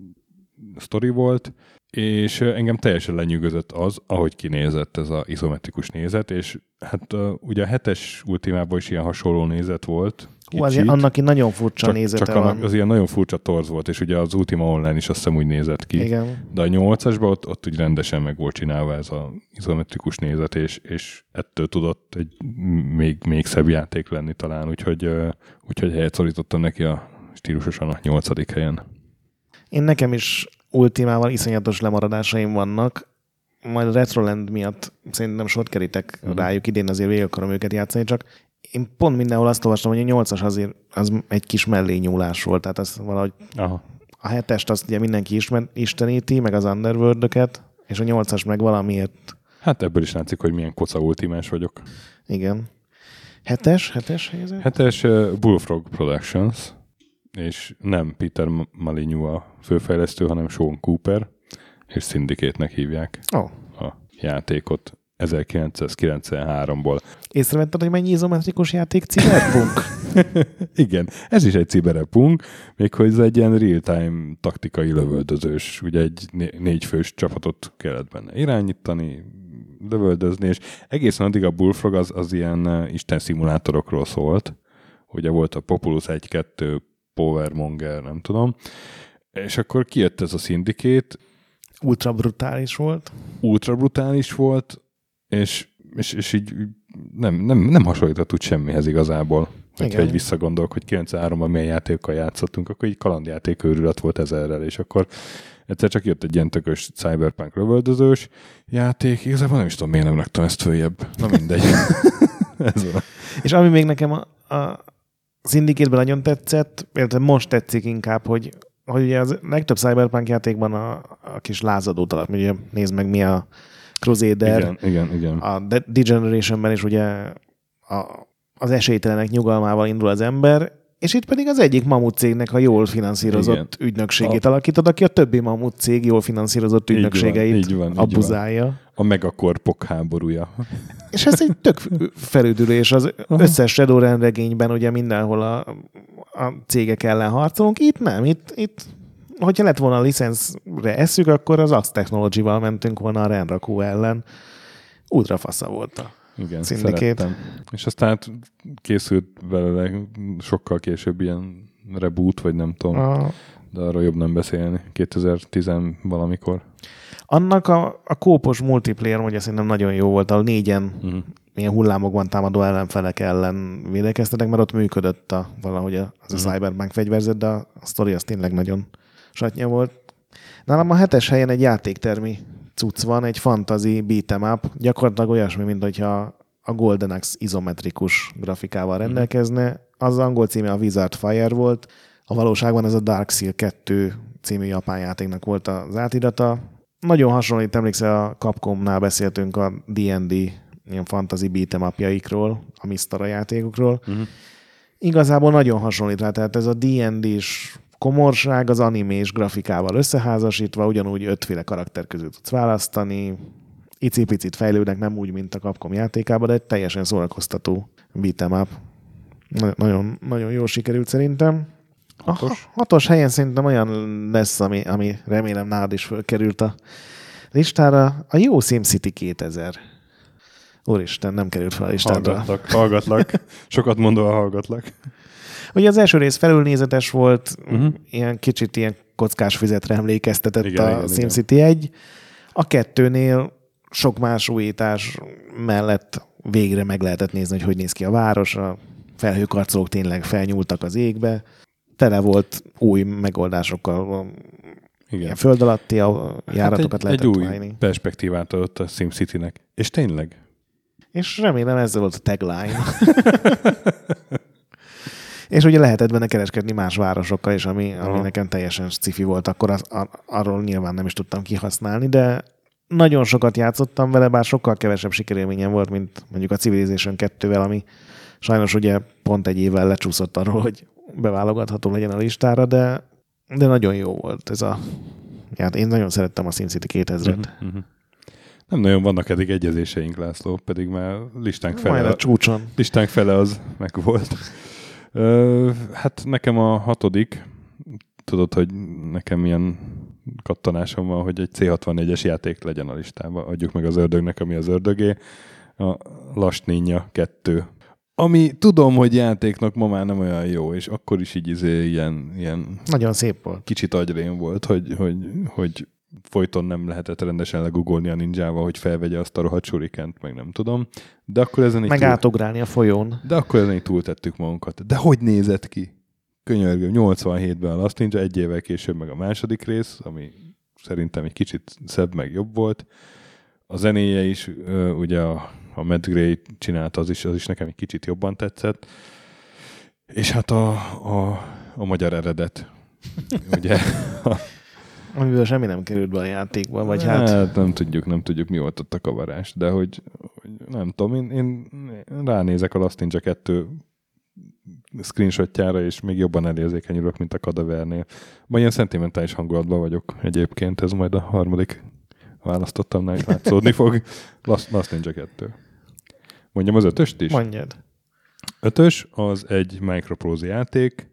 sztori volt, és engem teljesen lenyűgözött az, ahogy kinézett ez az izometrikus nézet, és hát uh, ugye a hetes Ultimában is ilyen hasonló nézet volt. Hú, azért annak nagyon furcsa csak, nézete csak van. Annak, az ilyen nagyon furcsa torz volt, és ugye az Ultima Online is azt hiszem úgy nézett ki. Igen. De a nyolcasban ott, ott úgy rendesen meg volt csinálva ez az izometrikus nézet, és, és ettől tudott egy még, még szebb játék lenni talán, úgyhogy, uh, úgyhogy helyet szorítottam neki a stílusosan a nyolcadik helyen. Én nekem is Ultimával iszonyatos lemaradásaim vannak, majd a Retroland miatt szerintem sort kerítek uh-huh. rájuk, idén azért végig akarom őket játszani, csak én pont mindenhol azt olvastam, hogy a nyolcas azért az egy kis mellényúlás volt, tehát az valahogy Aha. a hetest azt ugye mindenki ismer, isteníti, meg az Underworld-öket, és a nyolcas meg valamiért... Hát ebből is látszik, hogy milyen koca ultimás vagyok. Igen. Hetes? Hetes helyzet? Hetes uh, Bullfrog Productions, és nem Peter Molyneux a főfejlesztő, hanem Sean Cooper, és Syndicate-nek hívják oh. a játékot ezerkilencszázkilencvenháromból. Észrevetted, hogy mennyi izometrikus játék? Cyberpunk? Igen, ez is egy cyberpunk, méghozzá egy ilyen real-time taktikai lövöldözős. Ugye egy né- négyfős csapatot kellett benne irányítani, lövöldözni, és egészen addig a Bullfrog az, az ilyen isten szimulátorokról szólt. Ugye volt a Populus egy kettő, Powermonger, nem tudom. És akkor kijött ez a Syndicate. Ultra brutális volt. Ultra brutális volt, és, és, és így nem, nem, nem hasonlított úgy semmihez igazából. Hogyha egy visszagondolok, hogy kilencvenháromban milyen játékokkal játszottunk, akkor így kalandjáték őrület volt ezerrel, és akkor egyszer csak jött egy ilyen tökös cyberpunk lövöldözős játék. Igazából nem is tudom, miért nem raktam ezt följebb. Na mindegy. Ez van. És ami még nekem a, a Syndicate-ben nagyon tetszett, illetve most tetszik inkább, hogy, hogy ugye az legtöbb cyberpunk játékban a, a kis lázadó talap, ugye nézd meg mi a Crusader. Igen, igen, igen. A Degenerationben is ugye a, az esélytelenek nyugalmával indul az ember, és itt pedig az egyik mamut cégnek a jól finanszírozott igen. ügynökségét a... alakítod, aki a többi mamut cég jól finanszírozott ügynökségeit így van, így van, abuzálja. Így van. A megakorpok háborúja. És ez egy tök felüdülés. Az összes Shadowrun regényben ugye mindenhol a, a cégek ellen harcolunk. Itt nem. Itt, itt hogyha lett volna a licenszre eszük, akkor az Axe Technology-val mentünk volna a Renrakó ellen. Ultra fasza volt a igen, szerettem. És aztán készült belőle sokkal később ilyen reboot, vagy nem tudom, a... de arról jobb nem beszélni. kétezer-tíz valamikor. Annak a, a kópos multiplayer, ugye szerintem nagyon jó volt, ahol négyen uh-huh. ilyen hullámokban támadó ellenfelek ellen védekeztetek, mert ott működött a, valahogy az uh-huh. a Cyberpunk fegyverzet, de a sztori az tényleg nagyon satnya volt. Nálam a hetes helyen egy játéktermi cucc van, egy fantasy beat'em up, gyakorlatilag olyasmi, mint hogyha a Golden Axe izometrikus grafikával rendelkezne. Az angol címe a Wizard Fire volt, a valóságban ez a Darkseal kettő című japán játéknak volt az átirata. Nagyon hasonlít, emlékszel, a Capcomnál beszéltünk a dé and dé ilyen fantasy beat'em upjaikról, a Mistara játékokról. Uh-huh. Igazából nagyon hasonlít rá, tehát ez a dé and dés komorság az animés grafikával összeházasítva, ugyanúgy ötféle karakter közül tudsz választani, icipicit fejlődnek, nem úgy, mint a Capcom játékában, de egy teljesen szórakoztató beat'em up. Nagyon, nagyon jól sikerült szerintem. Hatos. A hatos helyen szerintem olyan lesz, ami, ami remélem nálad is fölkerült a listára. A jó SimCity kétezer. Úristen, nem került fel a listára. Hallgatlak, hallgatlak. Sokat mondva hallgatlak. Ugye az első rész felülnézetes volt, uh-huh. ilyen kicsit ilyen kockás füzetre emlékeztetett igen, a igen, SimCity igen. egy. A kettőnél sok más újítás mellett végre meg lehetett nézni, hogy hogy néz ki a város. A felhőkarcolók tényleg felnyúltak az égbe. Tele volt új megoldásokkal. Igen. Föld alatti járatokat hát lehetett egy válni. Egy új perspektívát adott a SimCity-nek. És tényleg. És remélem ezzel volt a tagline. És ugye lehetett benne kereskedni más városokkal is, ami, ami nekem teljesen sci-fi volt. Akkor az, ar, arról nyilván nem is tudtam kihasználni, de nagyon sokat játszottam vele, bár sokkal kevesebb sikerélményem volt, mint mondjuk a Civilization kettővel, ami sajnos ugye pont egy évvel lecsúszott arról, hogy beválogatható legyen a listára, de, de nagyon jó volt ez a játék. Én nagyon szerettem a SimCity kétezret. Uh-huh, uh-huh. Nem nagyon vannak eddig egyezéseink, László, pedig már listánk fele, majd a csúcson. Listánk fele az meg volt. Uh, hát nekem a hatodik, tudod, hogy nekem ilyen kattanásom van, hogy egy cé hatvannégyes játék legyen a listában. Adjuk meg az ördögnek, ami az ördögé. A Last Ninja kettő. Ami tudom, hogy játéknak ma már nem olyan jó, és akkor is így izé ilyen, ilyen nagyon szép volt. Kicsit agyrém volt, hogy, hogy, hogy folyton nem lehetett rendesen legugolni a ninjával, hogy felvegye azt a rohadt shurikent, meg nem tudom. De akkor ezen meg túl... átugrálni a folyón. De akkor ezen így túltettük magunkat. De hogy nézett ki? Könyörgöm, nyolcvanhétben a Last Ninja, egy évvel később meg a második rész, ami szerintem egy kicsit szebb, meg jobb volt. A zenéje is, ugye a, a Matt Gray csinálta, az is, az is nekem egy kicsit jobban tetszett. És hát a, a, a magyar eredet. Ugye... Amiből semmi nem került be a játékba, vagy hát... hát... nem tudjuk, nem tudjuk, mi volt ott a kavarás, de hogy, hogy nem tudom, én, én ránézek a Last Ninja kettő screenshotjára, és még jobban elérzékenyülök, mint a Kadavernél. Majd ilyen szentimentális hangulatban vagyok egyébként, ez majd a harmadik választottamnál is látszódni fog. Last, Last Ninja kettő. Mondjam az ötöst is? Mondjad. Ötös az egy Microprose játék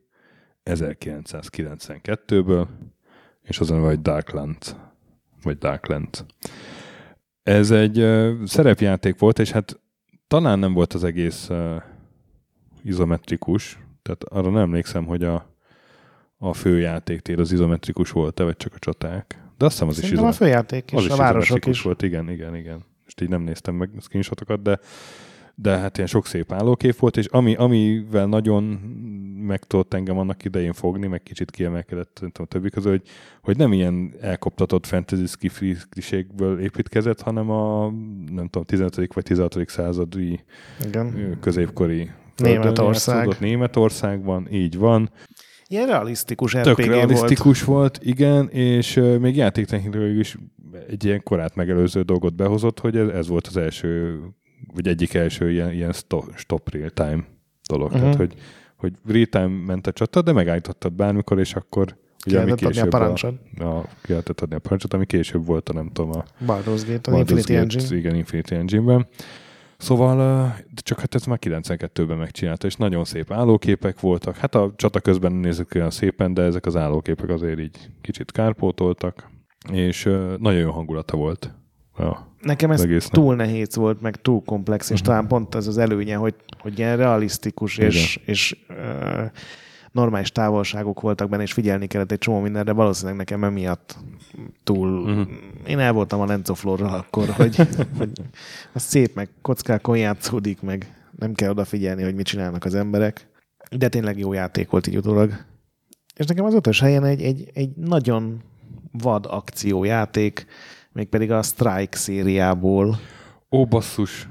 ezerkilencszázkilencvenkettőből, és azon vagy Darklands, vagy Darklands. Ez egy uh, szerepjáték volt, és hát talán nem volt az egész uh, izometrikus, tehát arra nem emlékszem, hogy a, a főjátéktér az izometrikus volt-e, vagy csak a csaták. De azt hiszem az Szerintem is izometrikus. a főjáték és a városok is. Volt, igen, igen, igen. Most így nem néztem meg screenshotokat, de de hát ilyen sok szép állókép volt, és ami, amivel nagyon meg tudott engem annak idején fogni, meg kicsit kiemelkedett a többi közül, hogy, hogy nem ilyen elkoptatott fantasy skifiségből építkezett, hanem a nem tudom, tizenötödik vagy tizenhatodik századi igen. középkori Németország. Németországban, így van. Ilyen realisztikus er pé gé tök realisztikus volt. volt, igen, és uh, még játéktechnikai is egy ilyen korát megelőző dolgot behozott, hogy ez, ez volt az első, vagy egyik első ilyen, ilyen stop, stop real-time dolog. Uh-huh. Tehát, hogy, hogy real-time ment a csata, de megállítottad bármikor, és akkor ugye, ami később a, a, kellett adni a parancsot, ami később volt a nem tudom a Baldur's Gate, az Infinity Engine. Igen, Infinity Engine-ben. Szóval csak hát ez már kilencvenkettőben megcsinálta, és nagyon szép állóképek voltak. Hát a csata közben nézzük olyan szépen, de ezek az állóképek azért így kicsit kárpótoltak, és nagyon jó hangulata volt. Ja, nekem ez egésznek. Túl nehéz volt, meg túl komplex, és uh-huh. talán pont ez az előnye, hogy, hogy ilyen realisztikus, igen. és, és uh, normális távolságok voltak benne, és figyelni kellett egy csomó mindenre, valószínűleg nekem emiatt túl... Uh-huh. Én el voltam a Lenzoflorral akkor, hogy, hogy az szép, meg kockákon játszódik, meg nem kell odafigyelni, hogy mit csinálnak az emberek. De tényleg jó játék volt így utólag. És nekem az ötös helyen egy, egy, egy nagyon vad akciójáték, mégpedig a Strike szériából. Ó, basszus!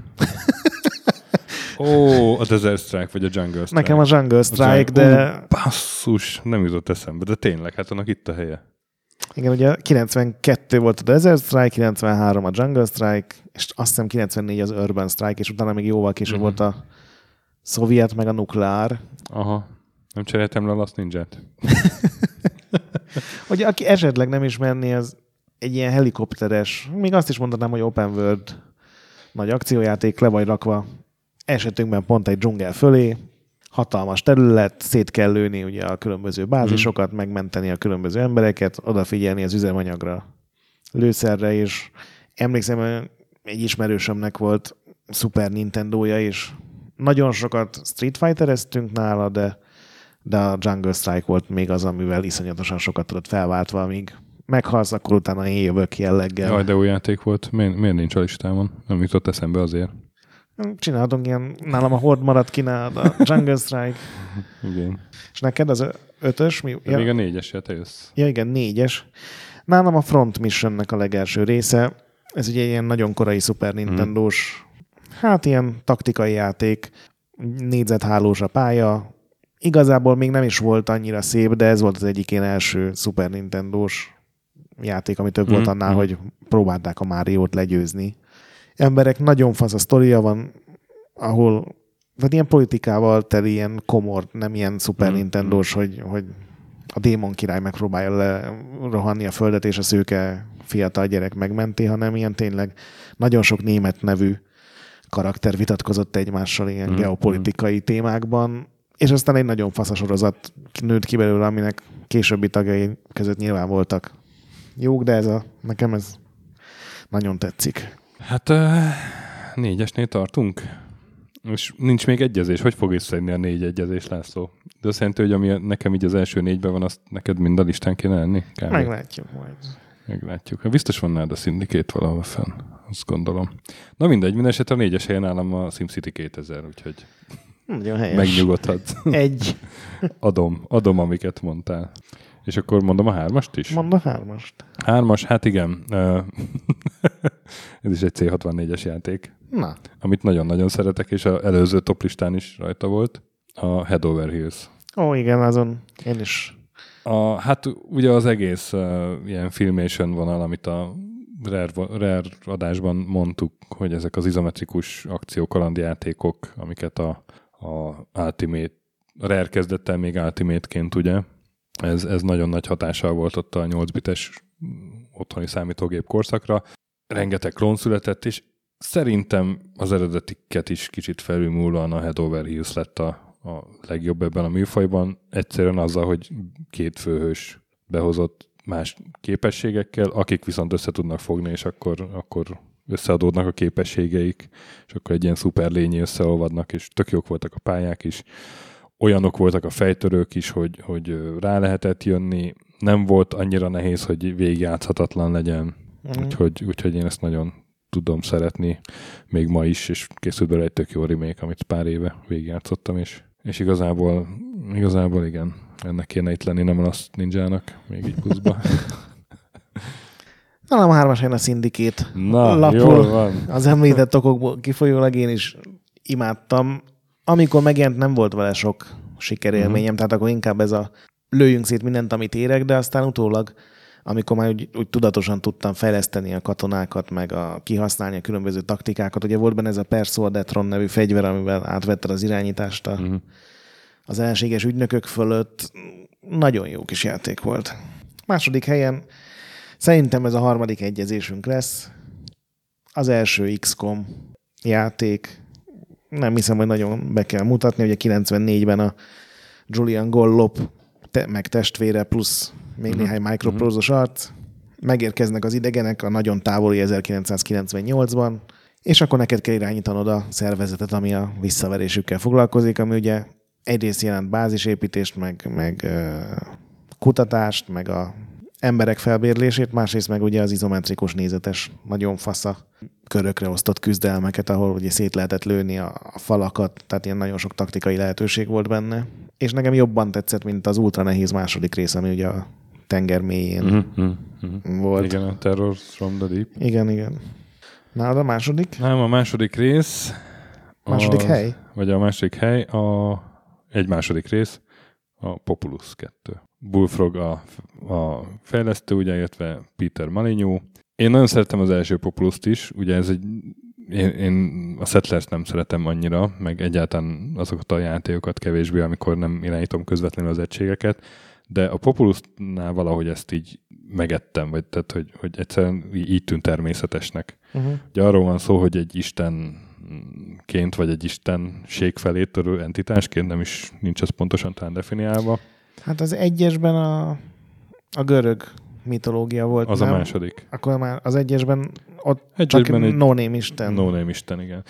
Ó, a Desert Strike, vagy a Jungle Strike. Nekem a Jungle Strike, a Jungle... de... Ó, basszus, nem jutott eszembe, de tényleg, hát annak itt a helye. Igen, ugye kilencvenkettő volt a Desert Strike, kilencvenhárom a Jungle Strike, és azt hiszem kilencvennégy az Urban Strike, és utána még jóval később uh-huh. volt a szovjet, meg a nukleár. Aha, nem cseréltem le a Last Ninját. Ugye, aki esetleg nem ismerné, az egy ilyen helikopteres, még azt is mondanám, hogy open world nagy akciójáték, le vagy rakva esetünkben pont egy dzsungel fölé, hatalmas terület, szét kell lőni ugye a különböző bázisokat, mm. megmenteni a különböző embereket, odafigyelni az üzemanyagra, lőszerre, és emlékszem, egy ismerősömnek volt Super Nintendója, és nagyon sokat Street Fighter-eztünk nála, de, de a Jungle Strike volt még az, amivel iszonyatosan sokat tudott felváltva, amíg meghalsz, akkor utána én jövök jelleggel. Jaj, de új játék volt. Miért, miért nincs a listámon? Nem jutott eszembe azért. Csináltunk ilyen, nálam a Horde maradt ki nálad, a Jungle Strike. Igen. És neked az ötös? Mi? Ja. Még a négyes, te jössz. Ja, igen, négyes. Nálam a Front Missionnek a legelső része. Ez ugye ilyen nagyon korai Super Nintendós, mm. hát ilyen taktikai játék, négyzethálós a pálya. Igazából még nem is volt annyira szép, de ez volt az egyik ilyen első Super Nintendós játék, ami több mm. volt annál, mm. hogy próbálták a Máriót legyőzni. Emberek, nagyon fasz a sztoria van, ahol vagy ilyen politikával teli, ilyen komor, nem ilyen Super mm. Nintendós, hogy, hogy a démon király megpróbálja lerohanni a földet, és a szőke fiatal gyerek megmenti, hanem ilyen tényleg nagyon sok német nevű karakter vitatkozott egymással ilyen mm. geopolitikai témákban, és aztán egy nagyon fasz a sorozat nőtt ki belőle, aminek későbbi tagjai között nyilván voltak jók, de ez a, nekem ez nagyon tetszik. Hát uh, négyesnél tartunk, és nincs még egyezés. Hogy fog összeadni a négy egyezés, László? De azt jelenti, hogy ami nekem így az első négyben van, azt neked mind a listán kéne lenni? Kb. Meglátjuk majd. Meglátjuk. Biztos van nálad a Syndicate valahol fenn, azt gondolom. Na mindegy, minden esetre a négyes helyen állam a SimCity kétezer, úgyhogy megnyugodhatsz. Egy. adom, adom, amiket mondtál. És akkor mondom a hármast is? Mondd a hármast. Hármas, hát igen. Ez is egy cé hatvannégyes játék. Na. Amit nagyon-nagyon szeretek, és az előző toplistán is rajta volt. A Head Over Heels. Ó, igen, azon én is. A, hát ugye az egész uh, ilyen filmation vonal, amit a Rare, Rare adásban mondtuk, hogy ezek az izometrikus akciókalandjátékok, amiket a, a Ultimate, a Rare kezdett el még Ultimate-ként, ugye, Ez, ez nagyon nagy hatással volt ott a nyolc bites otthoni számítógép korszakra. Rengeteg klón született, és szerintem az eredetiket is kicsit felülmúlóan a Head Over Heels lett a, a legjobb ebben a műfajban. Egyszerűen azzal, hogy két főhős behozott más képességekkel, akik viszont össze tudnak fogni, és akkor, akkor összeadódnak a képességeik, és akkor egy ilyen szuper lényi összeolvadnak, és tök jók voltak a pályák is. Olyanok voltak a fejtörők is, hogy, hogy rá lehetett jönni. Nem volt annyira nehéz, hogy végigjátszhatatlan legyen. Mm. Úgyhogy, úgyhogy én ezt nagyon tudom szeretni. Még ma is, és készült belőle egy tök jó remake, amit pár éve végigjátszottam, és, és igazából, igazából igen, ennek kéne itt lenni, nem a Last Ninjának, még így pluszba. Na, nem a hármas helyen a Syndicate. Na, lapul. Jól van. Az említett okokból kifolyólag én is imádtam. Amikor megjelent, nem volt vele sok sikerélményem, uh-huh. tehát akkor inkább ez a lőjünk szét mindent, amit érek, de aztán utólag, amikor már úgy, úgy tudatosan tudtam fejleszteni a katonákat, meg a, kihasználni a különböző taktikákat. Ugye volt benne ez a Persuadetron nevű fegyver, amivel átvetted az irányítást a, uh-huh. az ellenséges ügynökök fölött. Nagyon jó kis játék volt. Második helyen szerintem ez a harmadik egyezésünk lesz. Az első iksz kom játék. Nem hiszem, hogy nagyon be kell mutatni. Ugye kilencvennégyben a Julian Gollop te, meg testvére plusz még uh-huh. néhány microprózos uh-huh. arc. Megérkeznek az idegenek a nagyon távoli ezerkilencszázkilencvennyolcban, és akkor neked kell irányítanod a szervezetet, ami a visszaverésükkel foglalkozik, ami ugye egyrészt jelent bázisépítést, meg, meg uh, kutatást, meg a emberek felbérlését, másrészt meg ugye az izometrikus nézetes, nagyon fasza körökre osztott küzdelmeket, ahol ugye szét lehetett lőni a, a falakat, tehát ilyen nagyon sok taktikai lehetőség volt benne. És nekem jobban tetszett, mint az ultra nehéz második rész, ami ugye a tenger mélyén uh-huh, uh-huh. volt. Igen, a Terror from the Deep. Igen, igen. Na, a második? Nem, a második rész. Második az, hely? Vagy a második hely, a, egy második rész, a Populus kettő. Bullfrog a, a fejlesztő, ugye, illetve Peter Molyneux. Én nagyon szeretem az első Populust is, ugye ez egy, én, én a Settlers nem szeretem annyira, meg egyáltalán azokat a játékokat kevésbé, amikor nem irányítom közvetlenül az egységeket, de a Populusnál valahogy ezt így megettem, vagy tehát, hogy, hogy egyszerűen így tűnt természetesnek. Uh-huh. Ugye arról van szó, hogy egy istenként, vagy egy istenség felé törő entitásként, nem is nincs ez pontosan talán definiálva. Hát az egyesben a, a görög mitológia volt. Az nem? A második. Akkor már az egyesben ott egyesben csak no-name isten. No-name isten, igen.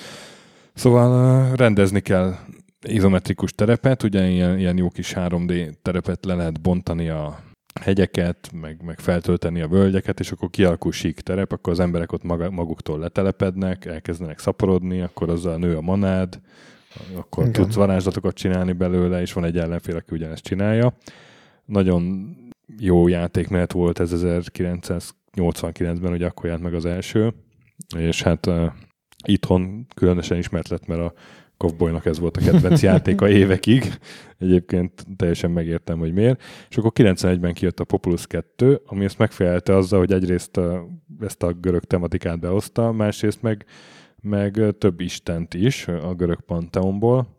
Szóval uh, rendezni kell izometrikus terepet, ugye ilyen, ilyen jó kis három dé terepet le lehet bontani a hegyeket, meg, meg feltölteni a völgyeket, és akkor kialakul sík terep, akkor az emberek ott maga, maguktól letelepednek, elkezdenek szaporodni, akkor azzal nő a manád, akkor igen. tudsz varázslatokat csinálni belőle, és van egy ellenfél, aki ugyanezt csinálja. Nagyon jó játékmenet volt ez ezerkilencszáznyolcvankilencben, ugye akkor jelent meg az első, és hát uh, itthon különösen ismert lett, mert a Cowboynak ez volt a kedvenc játéka évekig. Egyébként teljesen megértem, hogy miért. És akkor kilencvenegyben kijött a Populus kettő, ami ezt megfelelte azzal, hogy egyrészt a, ezt a görög tematikát behozta, másrészt meg, meg több istent is a görög panteonból.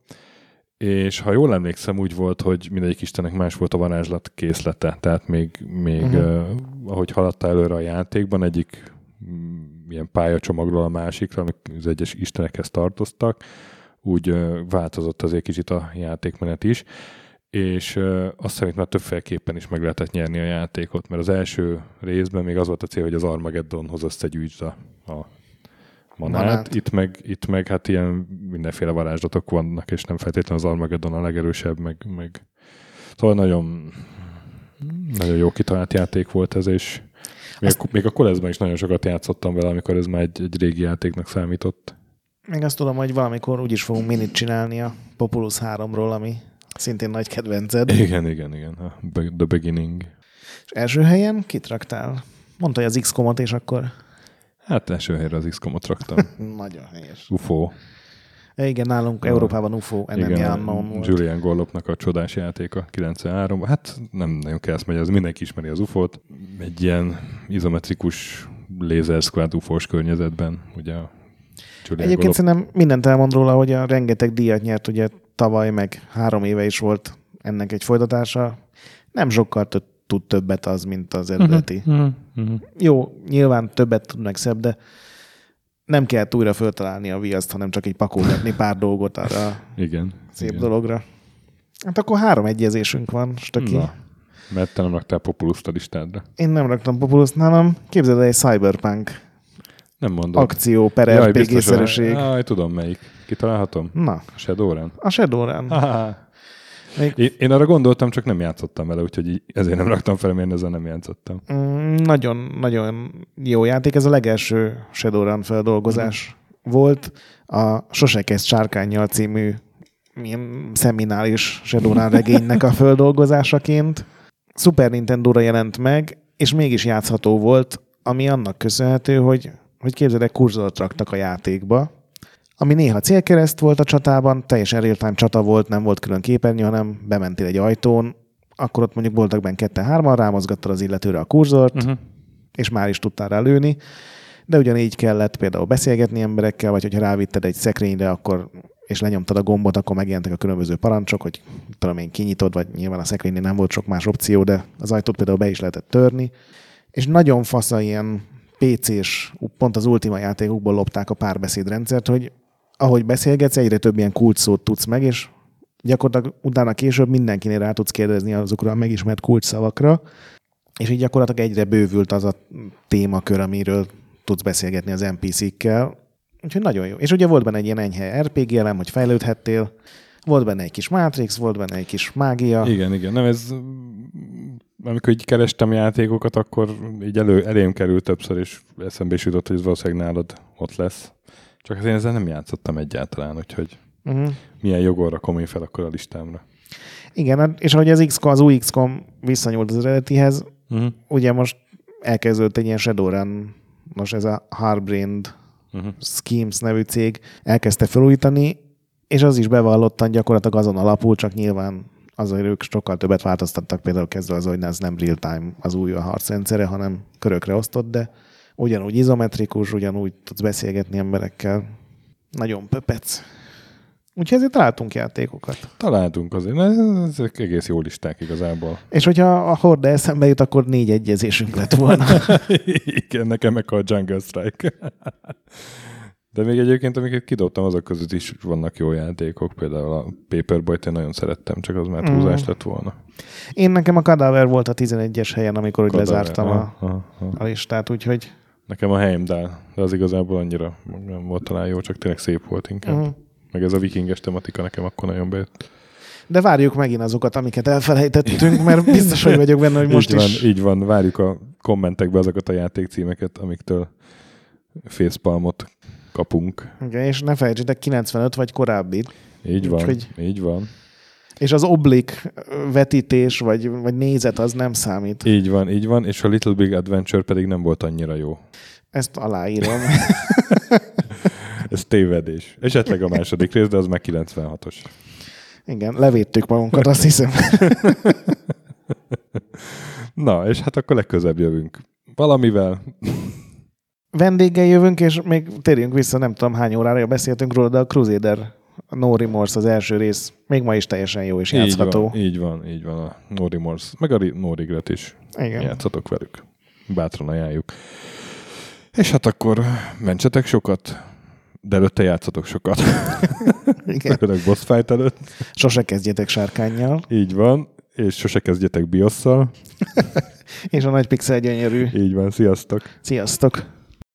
És ha jól emlékszem, úgy volt, hogy mindegyik istennek más volt a varázslat készlete. Tehát még, még uh-huh. uh, ahogy haladta előre a játékban, egyik mm, ilyen pályacsomagról a másikra, amik az egyes istenekhez tartoztak, úgy uh, változott azért kicsit a játékmenet is, és uh, azt szerint már többféleképpen is meg lehetett nyerni a játékot, mert az első részben még az volt a cél, hogy az Armageddonhoz összegyűjtsd a, a manát. manát. Itt meg, itt meg hát ilyen mindenféle varázslatok vannak, és nem feltétlenül az Armageddon a legerősebb, meg, meg... Szóval nagyon, nagyon jó kitalált játék volt ez, és még, azt... a, még a Koleszben is nagyon sokat játszottam vele, amikor ez már egy, egy régi játéknak számított. Még azt tudom, hogy valamikor úgyis fogunk minit csinálni a Populus háromról, ami szintén nagy kedvenced. Igen, igen, igen. The Beginning. És első helyen kit raktál? Mondta, hogy az iksz komot, és akkor... Hát első helyre az iksz komot raktam. Nagyon helyes. u ef o. Igen, nálunk a, Európában u ef o, Enemy Unknown volt. Julian Gollopnak a csodás játéka kilencvenháromban. Hát nem nagyon kell ezt megyezni, mindenki ismeri az u ef o-t. Egy ilyen izometrikus Laser Squad u ef o-s környezetben, ugye a Julian Egyébként Gollop. szerintem mindent elmond róla, hogy a rengeteg díjat nyert, ugye tavaly, meg három éve is volt ennek egy folytatása. Nem sokkal több, tud többet az, mint az eredeti. Uh-huh, uh-huh. Jó, nyilván többet tud meg szebb, de nem kell újra föltalálni a viaszt, hanem csak egy pakolgatni pár dolgot arra igen, szép igen. dologra. Hát akkor három egyezésünk van, Stöki. Na, mert te nem raktál Populust a listádra. Én nem raktam Populust, nálam képzeld el egy Cyberpunk. Nem mondom. Akció per er pé gé-szerűség. Jaj, tudom melyik. Kitalálhatom? Na. A Shadowrun? A Shadowrun. Még... Én, én arra gondoltam, csak nem játszottam vele, úgyhogy ezért nem raktam fel, mert én ezzel nem játszottam. Mm, nagyon, nagyon jó játék. Ez a legelső Shadowrun feldolgozás mm. volt. A Sose kezd sárkánnyal című milyen szeminális Shadowrun regénynek a feldolgozásaként. Super Nintendo-ra jelent meg, és mégis játszható volt, ami annak köszönhető, hogy, hogy képzeld el, kurzort raktak a játékba, ami néha célkereszt volt a csatában, teljesen real-time csata volt, nem volt külön képernyő, hanem bementél egy ajtón, akkor ott mondjuk voltak benne ketten-hárman, rámozgattad az illetőre a kurzort, uh-huh. és már is tudtál rá lőni, de ugyanígy kellett például beszélgetni emberekkel, vagy hogyha rávitted egy szekrényre, akkor, és lenyomtad a gombot, akkor megjelentek a különböző parancsok, hogy tudom én kinyitod, vagy nyilván a szekrénynél nem volt sok más opció, de az ajtót például be is lehetett törni. És nagyon fasza ilyen pé cés, pont az Ultima játékokból lopták a párbeszédrendszert, hogy ahogy beszélgetsz, egyre több ilyen kulcsszót tudsz meg, és gyakorlatilag utána később mindenkinél rá tudsz kérdezni azokra a megismert kulcsszavakra, és így gyakorlatilag egyre bővült az a témakör, amiről tudsz beszélgetni az en pé cé-kkel. Úgyhogy nagyon jó. És ugye volt benne egy ilyen enyhe er pé gé elem, hogy fejlődhettél, volt benne egy kis Matrix, volt benne egy kis mágia. Igen, igen. Nem, ez, amikor így kerestem játékokat, akkor így elő, elém került többször, és eszembe is jutott, hogy ez valószínűleg nálad ott lesz. Csak én ezzel nem játszottam egyáltalán, úgyhogy uh-huh. milyen joggal rakom én fel akkor a listámra. Igen, és ahogy az iksz kom, az új iksz kom visszanyúlt az eredetihez, uh-huh. ugye most elkezdődött egy ilyen Shadowrun, most ez a Hardbrained uh-huh. Schemes nevű cég elkezdte felújítani, és az is bevallottan gyakorlatilag azon alapul, csak nyilván azért ők sokkal többet változtattak, például kezdve az, hogy ez nem real-time az új a harcrendszere, hanem körökre osztott, de ugyanúgy izometrikus, ugyanúgy tudsz beszélgetni emberekkel. Nagyon pöpec. Úgyhogy ezért találtunk játékokat. Találtunk azért. Ezek egész jó listák igazából. És hogyha a Horde eszembe jut, akkor négy egyezésünk lett volna. Igen, nekem meg a Jungle Strike. De még egyébként, amiket kidobtam, azok között is vannak jó játékok. Például a Paperboy-t én nagyon szerettem, csak az már túlzás mm. lett volna. Én nekem a Cadaver volt a tizenegyes helyen, amikor hogy lezártam ah, a, ah, ah. a listát, úgyhogy... Nekem a Heimdall, de az igazából annyira nem volt talán jó, csak tényleg szép volt inkább. Mm. Meg ez a vikinges tematika nekem akkor nagyon bejött. De várjuk megint azokat, amiket elfelejtettünk, mert biztos, hogy vagyok benne, hogy most így van, is... Így van, várjuk a kommentekbe azokat a játékcímeket, amiktől facepalmot kapunk. Igen, és ne felejtsétek, kilencvenöt vagy korábbi. Így van, Úgyhogy... így van. És az oblik vetítés, vagy, vagy nézet, az nem számít. Így van, így van, és a Little Big Adventure pedig nem volt annyira jó. Ezt aláírom. Ez tévedés. Esetleg a második rész, de az meg kilencvenhatos. Igen, levédtük magunkat, azt hiszem. Na, és hát akkor legközebb jövünk. Valamivel. Vendéggel jövünk, és még térjünk vissza, nem tudom hány órára beszéltünk róla, de a Crusader, a No Remorse az első rész még ma is teljesen jó és játszható. Így van, így van, így van a No Remorse, meg a No Regret is. Igen. Játszatok velük. Bátran ajánljuk. És hát akkor mentsetek sokat, de előtte játszatok sokat. Igen. A boss fight előtt. Sose kezdjetek sárkánnyal. Így van, és sose kezdjetek biosszal. És a nagy pixel gyönyörű. Így van, sziasztok. Sziasztok.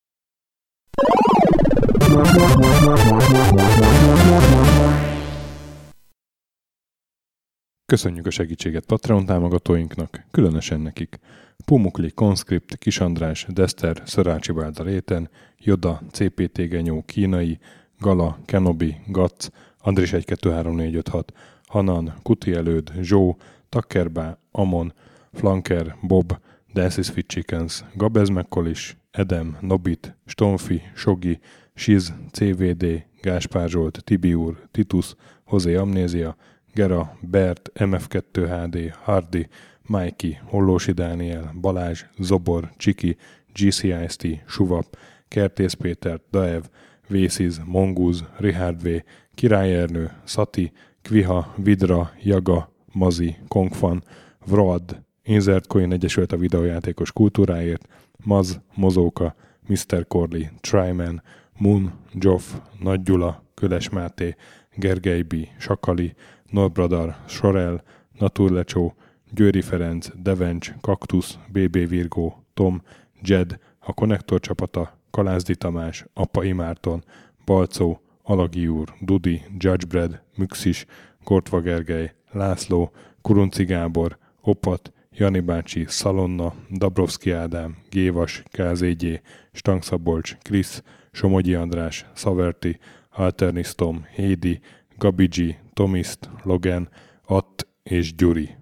Köszönjük a segítséget Patreon támogatóinknak, különösen nekik. Pumukli, Conscript, Kis András, Dester, Szörácsi Bálda Réten, Joda, cé pé té Genyó, Kínai, Gala, Kenobi, Gac, Andris egy kettő három négy öt hat, Hanan, Kuti Előd, Zsó, Takkerbá, Amon, Flanker, Bob, Dance is Fit Chickens, Gabez Mekkolis, Edem, Nobit, Stonfi, Sogi, Siz, cé vé dé, Gáspár Zsolt, Tibiur, Titus, Hozé Amnézia, Gera, Bert, em ef kettő há dé, Hardy, Mikey, Hollósi Dániel, Balázs, Zobor, Csiki, gé cé i es té, Suvap, Kertész Péter, Daev, Vésziz, Mongúz, Richard V, Király Ernő, Szati, Kviha, Vidra, Jaga, Mazi, Kongfan, Vroad, Insert Coin Egyesült a videójátékos kultúráért, Maz, Mozóka, miszter Corley, Tryman, Moon, Joff, Nagy Gyula, Köles Máté, Gergely B, Sakali, Norbradar, Sorel, Naturlecsó, Győri Ferenc, Devencs, Kaktusz, bé bé Virgó, Tom, Jed, a Konnektor csapata, Kalázdi Tamás, Apa Imárton, Balcó, Alagi úr, Dudi, Judgebred, Müxis, Gortva Gergely, László, Kurunci Gábor, Opat, Jani bácsi, Szalonna, Dabrowski Ádám, Gévas, ká zé gyé, Stangszabolcs, Krisz, Somogyi András, Szaverti, Alternisztom, Hédi, Gabigi, Tomiszt, Logan, Att és Gyuri.